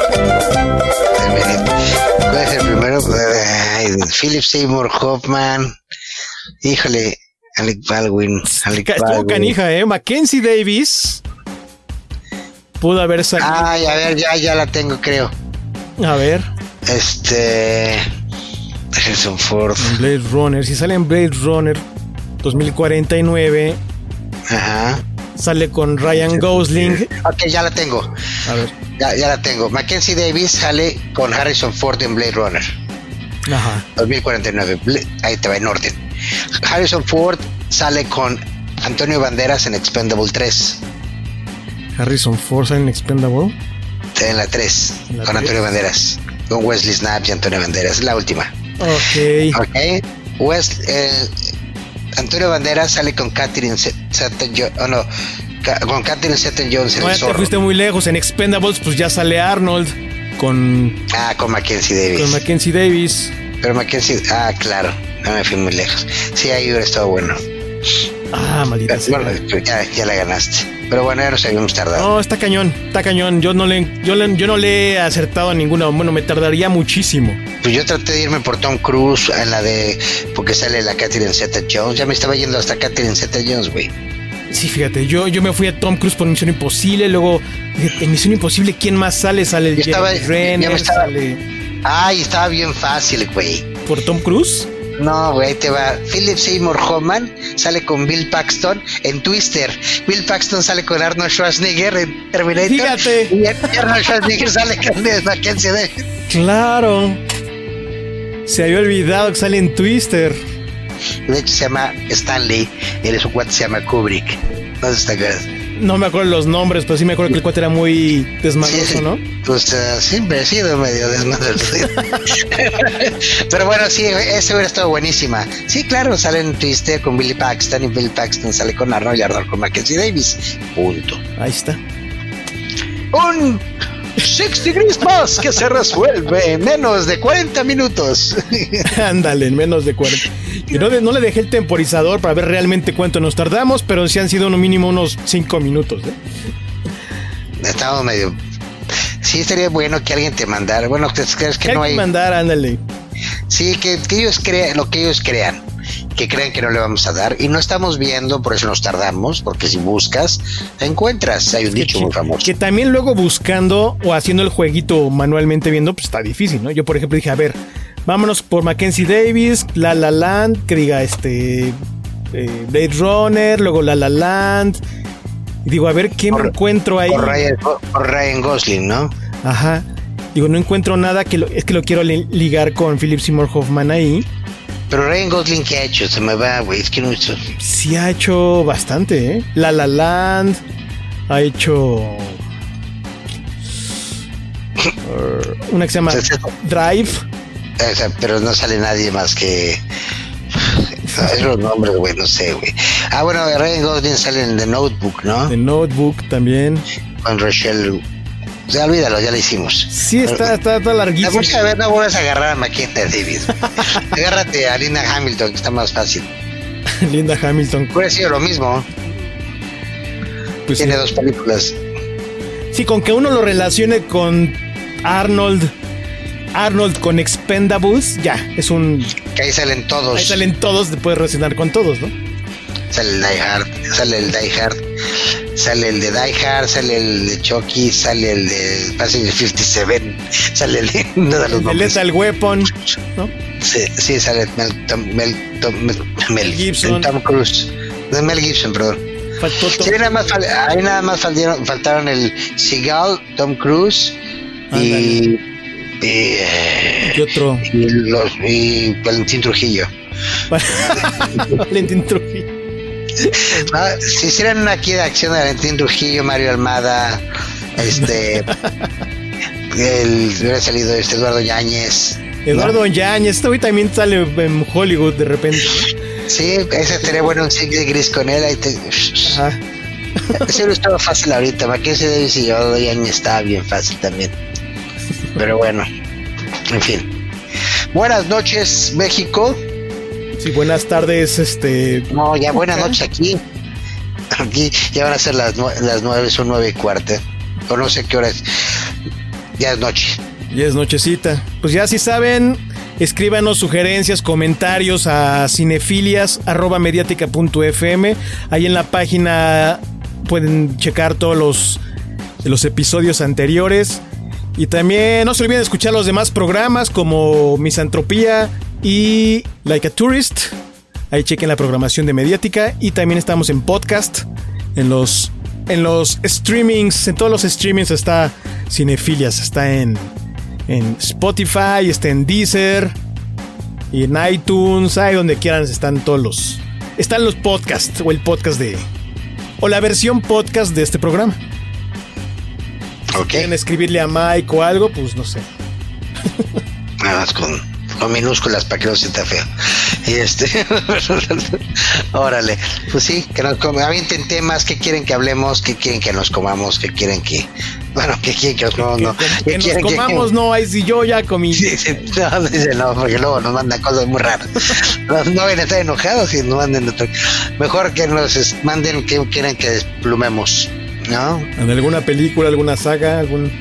¿Cuál es el primero? Ay, Philip Seymour Hoffman. Híjole, Alec Baldwin. Alec Estuvo Baldwin. canija, ¿eh? Mackenzie Davis pudo haber salido. Ay, a ver, ya, ya la tengo, creo. A ver. Este. Harrison Ford. Blade Runner. Si sale en Blade Runner dos mil cuarenta y nueve. Ajá. Sale con Ryan Gosling. Ok, ya la tengo. A ver. Ya, ya la tengo. Mackenzie Davis sale con Harrison Ford en Blade Runner. Ajá. dos mil cuarenta y nueve. Ahí te va en orden. Harrison Ford sale con Antonio Banderas en Expendable tres. Harrison Ford sale en Expendable. En la tres. ¿En la con tres? Antonio Banderas. Con Wesley Snipes y Antonio Banderas. Es la última. Ok. Ok. West, eh, Antonio Banderas sale con Catherine Zeta-Jones. Oh, no. Con Catherine Zeta-Jones en no, el Zorro. Te fuiste muy lejos. En Expendables, pues ya sale Arnold con. Ah, con Mackenzie Davis. Con Mackenzie Davis. Pero Mackenzie. Ah, claro. No me fui muy lejos. Sí, ahí hubiera estado bueno. Ah, maldita sea. Bueno, ya, ya la ganaste. Pero bueno, ya nos habíamos tardado. No, está cañón, está cañón. Yo no le, yo le, yo no le he acertado a ninguna. Bueno, me tardaría muchísimo. Pues yo traté de irme por Tom Cruise en la de. Porque sale la Catherine Zeta-Jones. Ya me estaba yendo hasta Catherine Zeta-Jones, güey. Sí, fíjate, yo, yo me fui a Tom Cruise por Misión Imposible. Luego, en Misión Imposible, ¿quién más sale? Sale el Jeremy Renner, estaba... sale. Ay, estaba bien fácil, güey. ¿Por Tom Cruise? No, güey, te va. Philip Seymour Hoffman sale con Bill Paxton en Twister. Bill Paxton sale con Arnold Schwarzenegger en Terminator. Fíjate. Y Arnold Schwarzenegger sale con Mackenzie Davis. Claro. Se había olvidado que sale en Twister. De hecho se llama Stanley y el su cuate se llama Kubrick. No sé si te acuerdas. No me acuerdo los nombres, pero sí me acuerdo que el cuate era muy desmadroso, sí, ¿no? Pues uh, siempre he sido medio desmadroso. Pero bueno, sí, ese hubiera estado buenísima. Sí, claro, sale en Twister con Billy Paxton y Billy Paxton sale con Arnold y Arnold con Mackenzie Davis. Punto. Ahí está. Un Six Degrees más que se resuelve en menos de cuarenta minutos. Ándale, en menos de cuarenta. Y no, de, no le dejé el temporizador para ver realmente cuánto nos tardamos, pero sí han sido uno mínimo unos cinco minutos, ¿eh? Estamos medio. Sí, estaría bueno que alguien te mandara. Bueno, crees que no hay. mandar, ándale. Sí, que, que ellos crean lo que ellos crean. Que crean que no le vamos a dar. Y no estamos viendo, por eso nos tardamos. Porque si buscas, encuentras. Hay un dicho muy famoso. Que también luego buscando o haciendo el jueguito manualmente viendo, pues está difícil, ¿no? Yo, por ejemplo, dije, a ver, vámonos por Mackenzie Davis, La La Land, que diga este eh, Blade Runner, luego La La Land. Y digo, a ver qué por, me encuentro ahí. Por Ryan, por Ryan Gosling, ¿no? Ajá. Digo, no encuentro nada que lo, es que lo quiero ligar con Philip Seymour Hoffman ahí. Pero Ryan Gosling, ¿qué ha hecho? Se me va, güey. Es que no he hecho. Sí, ha hecho bastante, ¿eh? La La Land. Ha hecho. Uh, una que se llama Drive. O sea, pero no sale nadie más que... Es los nombres, güey, no sé, güey. Ah, bueno, Ryan Gosling sale en The Notebook, ¿no? The Notebook también. Con Rochelle... O sea, olvídalo, ya lo hicimos. Sí, está, está, está larguísimo. A ver, no vuelvas a agarrar a Mackenzie David. Agárrate a Linda Hamilton, que está más fácil. Linda Hamilton. Puede ser lo mismo. Pues tiene sí. dos películas. Sí, con que uno lo relacione con Arnold... Arnold con Expendables, ya, es un... Que ahí salen todos. Ahí salen todos, te puedes relacionar con todos, ¿no? Sale el Die Hard, sale el Die Hard, sale el de Die Hard, sale el de Chucky, sale el de Passenger cincuenta y siete, sale el de... No de los el de Lethal Weapon, ¿no? Sí, sí sale Mel, Tom, Mel, Tom, Mel, Mel Gibson. Tom Cruise. No, Mel Gibson, perdón. Faltó Tom. Sí, nada más, ahí nada más faltaron, faltaron el Seagal, Tom Cruise y... Y, eh, ¿Qué otro? Y, los, y Valentín Trujillo. Valentín Trujillo. No, si hicieran una aquí de acción de Valentín Trujillo, Mario Almada, este, el, hubiera salido este Eduardo Yáñez. Eduardo ¿no? Yáñez, este hoy también sale en Hollywood de repente. Sí, ese sería bueno un Sig de Gris con él. Ahí te... Ajá. Ese no estaba fácil ahorita. Mackenzie Davis y Eduardo Yáñez estaba bien fácil también. Pero bueno, en fin. Buenas noches, México. Sí, buenas tardes, este... No, ya buenas noches aquí. Aquí ya van a ser las, nue- las nueve, son nueve y cuarta. O no sé qué hora es. Ya es noche. Ya es nochecita. Pues ya si saben, escríbanos sugerencias, comentarios a cinefilias arroba mediática punto f m. Ahí en la página pueden checar todos los, los episodios anteriores. Y también no se olviden de escuchar los demás programas como Misantropía y Like a Tourist. Ahí chequen la programación de Mediática. Y también estamos en podcast, en los, en los streamings, en todos los streamings está Cinefilias. Está en, en Spotify, está en Deezer y en iTunes. Ahí donde quieran están todos los... Están los podcasts o el podcast de... O la versión podcast de este programa. Okay. ¿Quieren escribirle a Mike o algo? Pues no sé. Nada más con, con minúsculas para que no se sienta feo. Y este... Órale. Pues sí, que nos comen. Avienten temas. ¿Qué quieren que hablemos? ¿Qué quieren que nos comamos? ¿Qué quieren que... Bueno, ¿qué quieren que nos comamos? No. Que, que nos comamos, que... no. Ahí si yo ya comí. Sí, sí, no, dice no, porque luego nos mandan cosas muy raras. No, no van a estar enojados y nos manden otro. Mejor que nos manden que quieren que desplumemos. ¿No? ¿En alguna película, alguna saga, algún...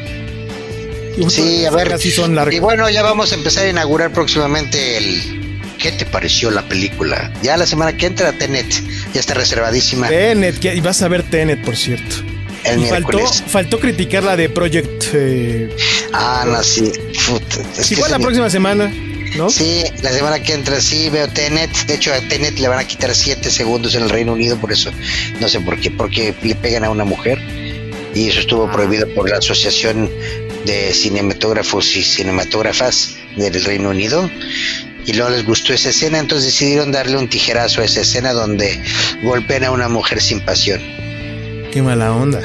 Sí, a ver. Así son largas. Y bueno, ya vamos a empezar a inaugurar próximamente el... ¿Qué te pareció la película? Ya la semana que entra, Tenet. Ya está reservadísima. Tenet, y vas a ver Tenet, por cierto. El y faltó, faltó criticar la de Project... Eh... Ah, no, sí. Es Igual la próxima mi... semana, ¿no? Sí, la semana que entra sí veo Tenet. De hecho, a Tenet le van a quitar siete segundos en el Reino Unido, por eso no sé por qué, porque le pegan a una mujer y eso estuvo prohibido por la Asociación de Cinematógrafos y Cinematógrafas del Reino Unido. Y luego les gustó esa escena, entonces decidieron darle un tijerazo a esa escena donde golpean a una mujer sin pasión. Qué mala onda.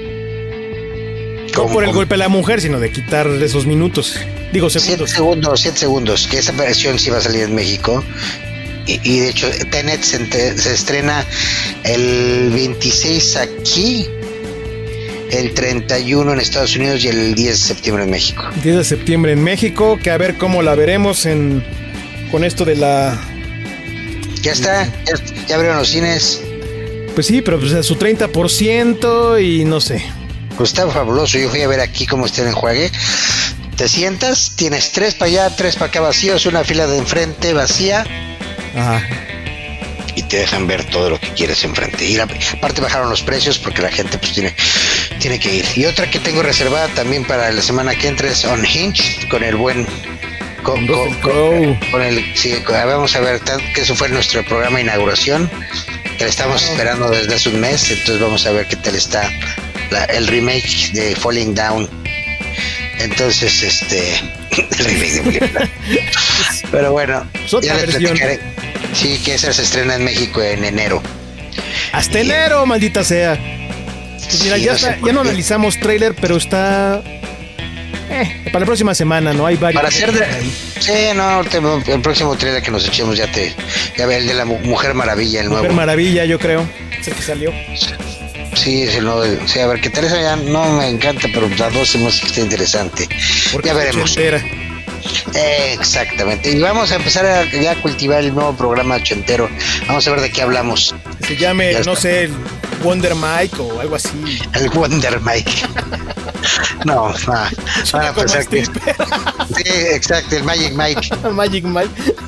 No por el golpe a la mujer, sino de quitar esos minutos. Digo, segundos. Siete segundos, siete segundos. Que esa versión sí va a salir en México. Y, y de hecho, Tenet se, entre, se estrena el veintiséis aquí, el treinta y uno en Estados Unidos y el diez de septiembre en México. diez de septiembre en México, que a ver cómo la veremos en con esto de la... Ya está, ya, ya abrieron los cines. Pues sí, pero pues a su treinta por ciento y no sé. Pues está fabuloso. Yo fui a ver aquí cómo está en el juegue. Te sientas, tienes tres para allá, tres para acá vacíos, una fila de enfrente vacía. Ajá. Y te dejan ver todo lo que quieres enfrente. Y la, aparte bajaron los precios porque la gente pues tiene, tiene que ir. Y otra que tengo reservada también para la semana que entra es Unhinged, con el buen... Con, con, con, con el... Sí, vamos a ver, que eso fue nuestro programa de inauguración, que le estamos esperando desde hace un mes, entonces vamos a ver qué tal está la, el remake de Falling Down. Entonces, este... el remake de Falling Down. Pero bueno, ya le platicaré. Sí, que esa se estrena en México en enero. Hasta y, enero, maldita sea. Pues mira, sí, ya, no está, ya no analizamos tráiler, pero está... Eh, para la próxima semana, ¿no? Hay varios. Para hacer de... Sí, no, te, el próximo trailer que nos echemos ya te... Ya ve el de la Mujer Maravilla, el Mujer nuevo. Mujer Maravilla, yo creo. Es el que salió. Sí, es el nuevo. Sí, a ver, que Teresa ya no me encanta, pero las dos se me hace que está interesante. Porque ya veremos. Eh, exactamente. Y vamos a empezar a ya a cultivar el nuevo programa ochentero. Vamos a ver de qué hablamos. Que se llame, ya no está. sé, el Wonder Mike o algo así. El Wonder Mike. No, no. Van a pensar que... Sí, exacto, el Magic Mike. Magic Mike.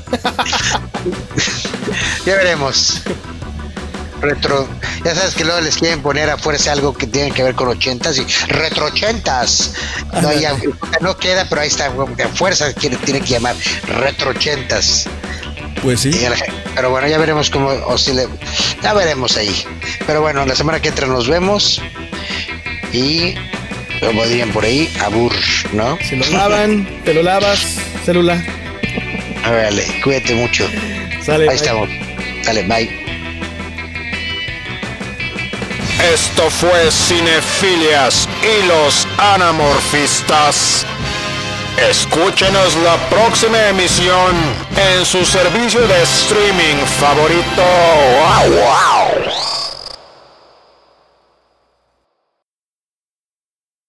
Ya veremos. Retro, ya sabes que luego les quieren poner a fuerza algo que tiene que ver con ochentas y retro ochentas. No, ya, no queda, pero ahí está, a fuerza tiene, tiene que llamar retro ochentas. Pues sí. Pero bueno, ya veremos cómo oscila. Ya veremos ahí. Pero bueno, la semana que entra nos vemos. Y como dirían por ahí, abur, ¿no? Se lo lavan, te lo lavas, celular. Vale, cuídate mucho. Sale, ahí bye. estamos. Dale, bye. Esto fue Cinefilias y los Anamorfistas. Escúchenos la próxima emisión en su servicio de streaming favorito. ¡Wow, wow!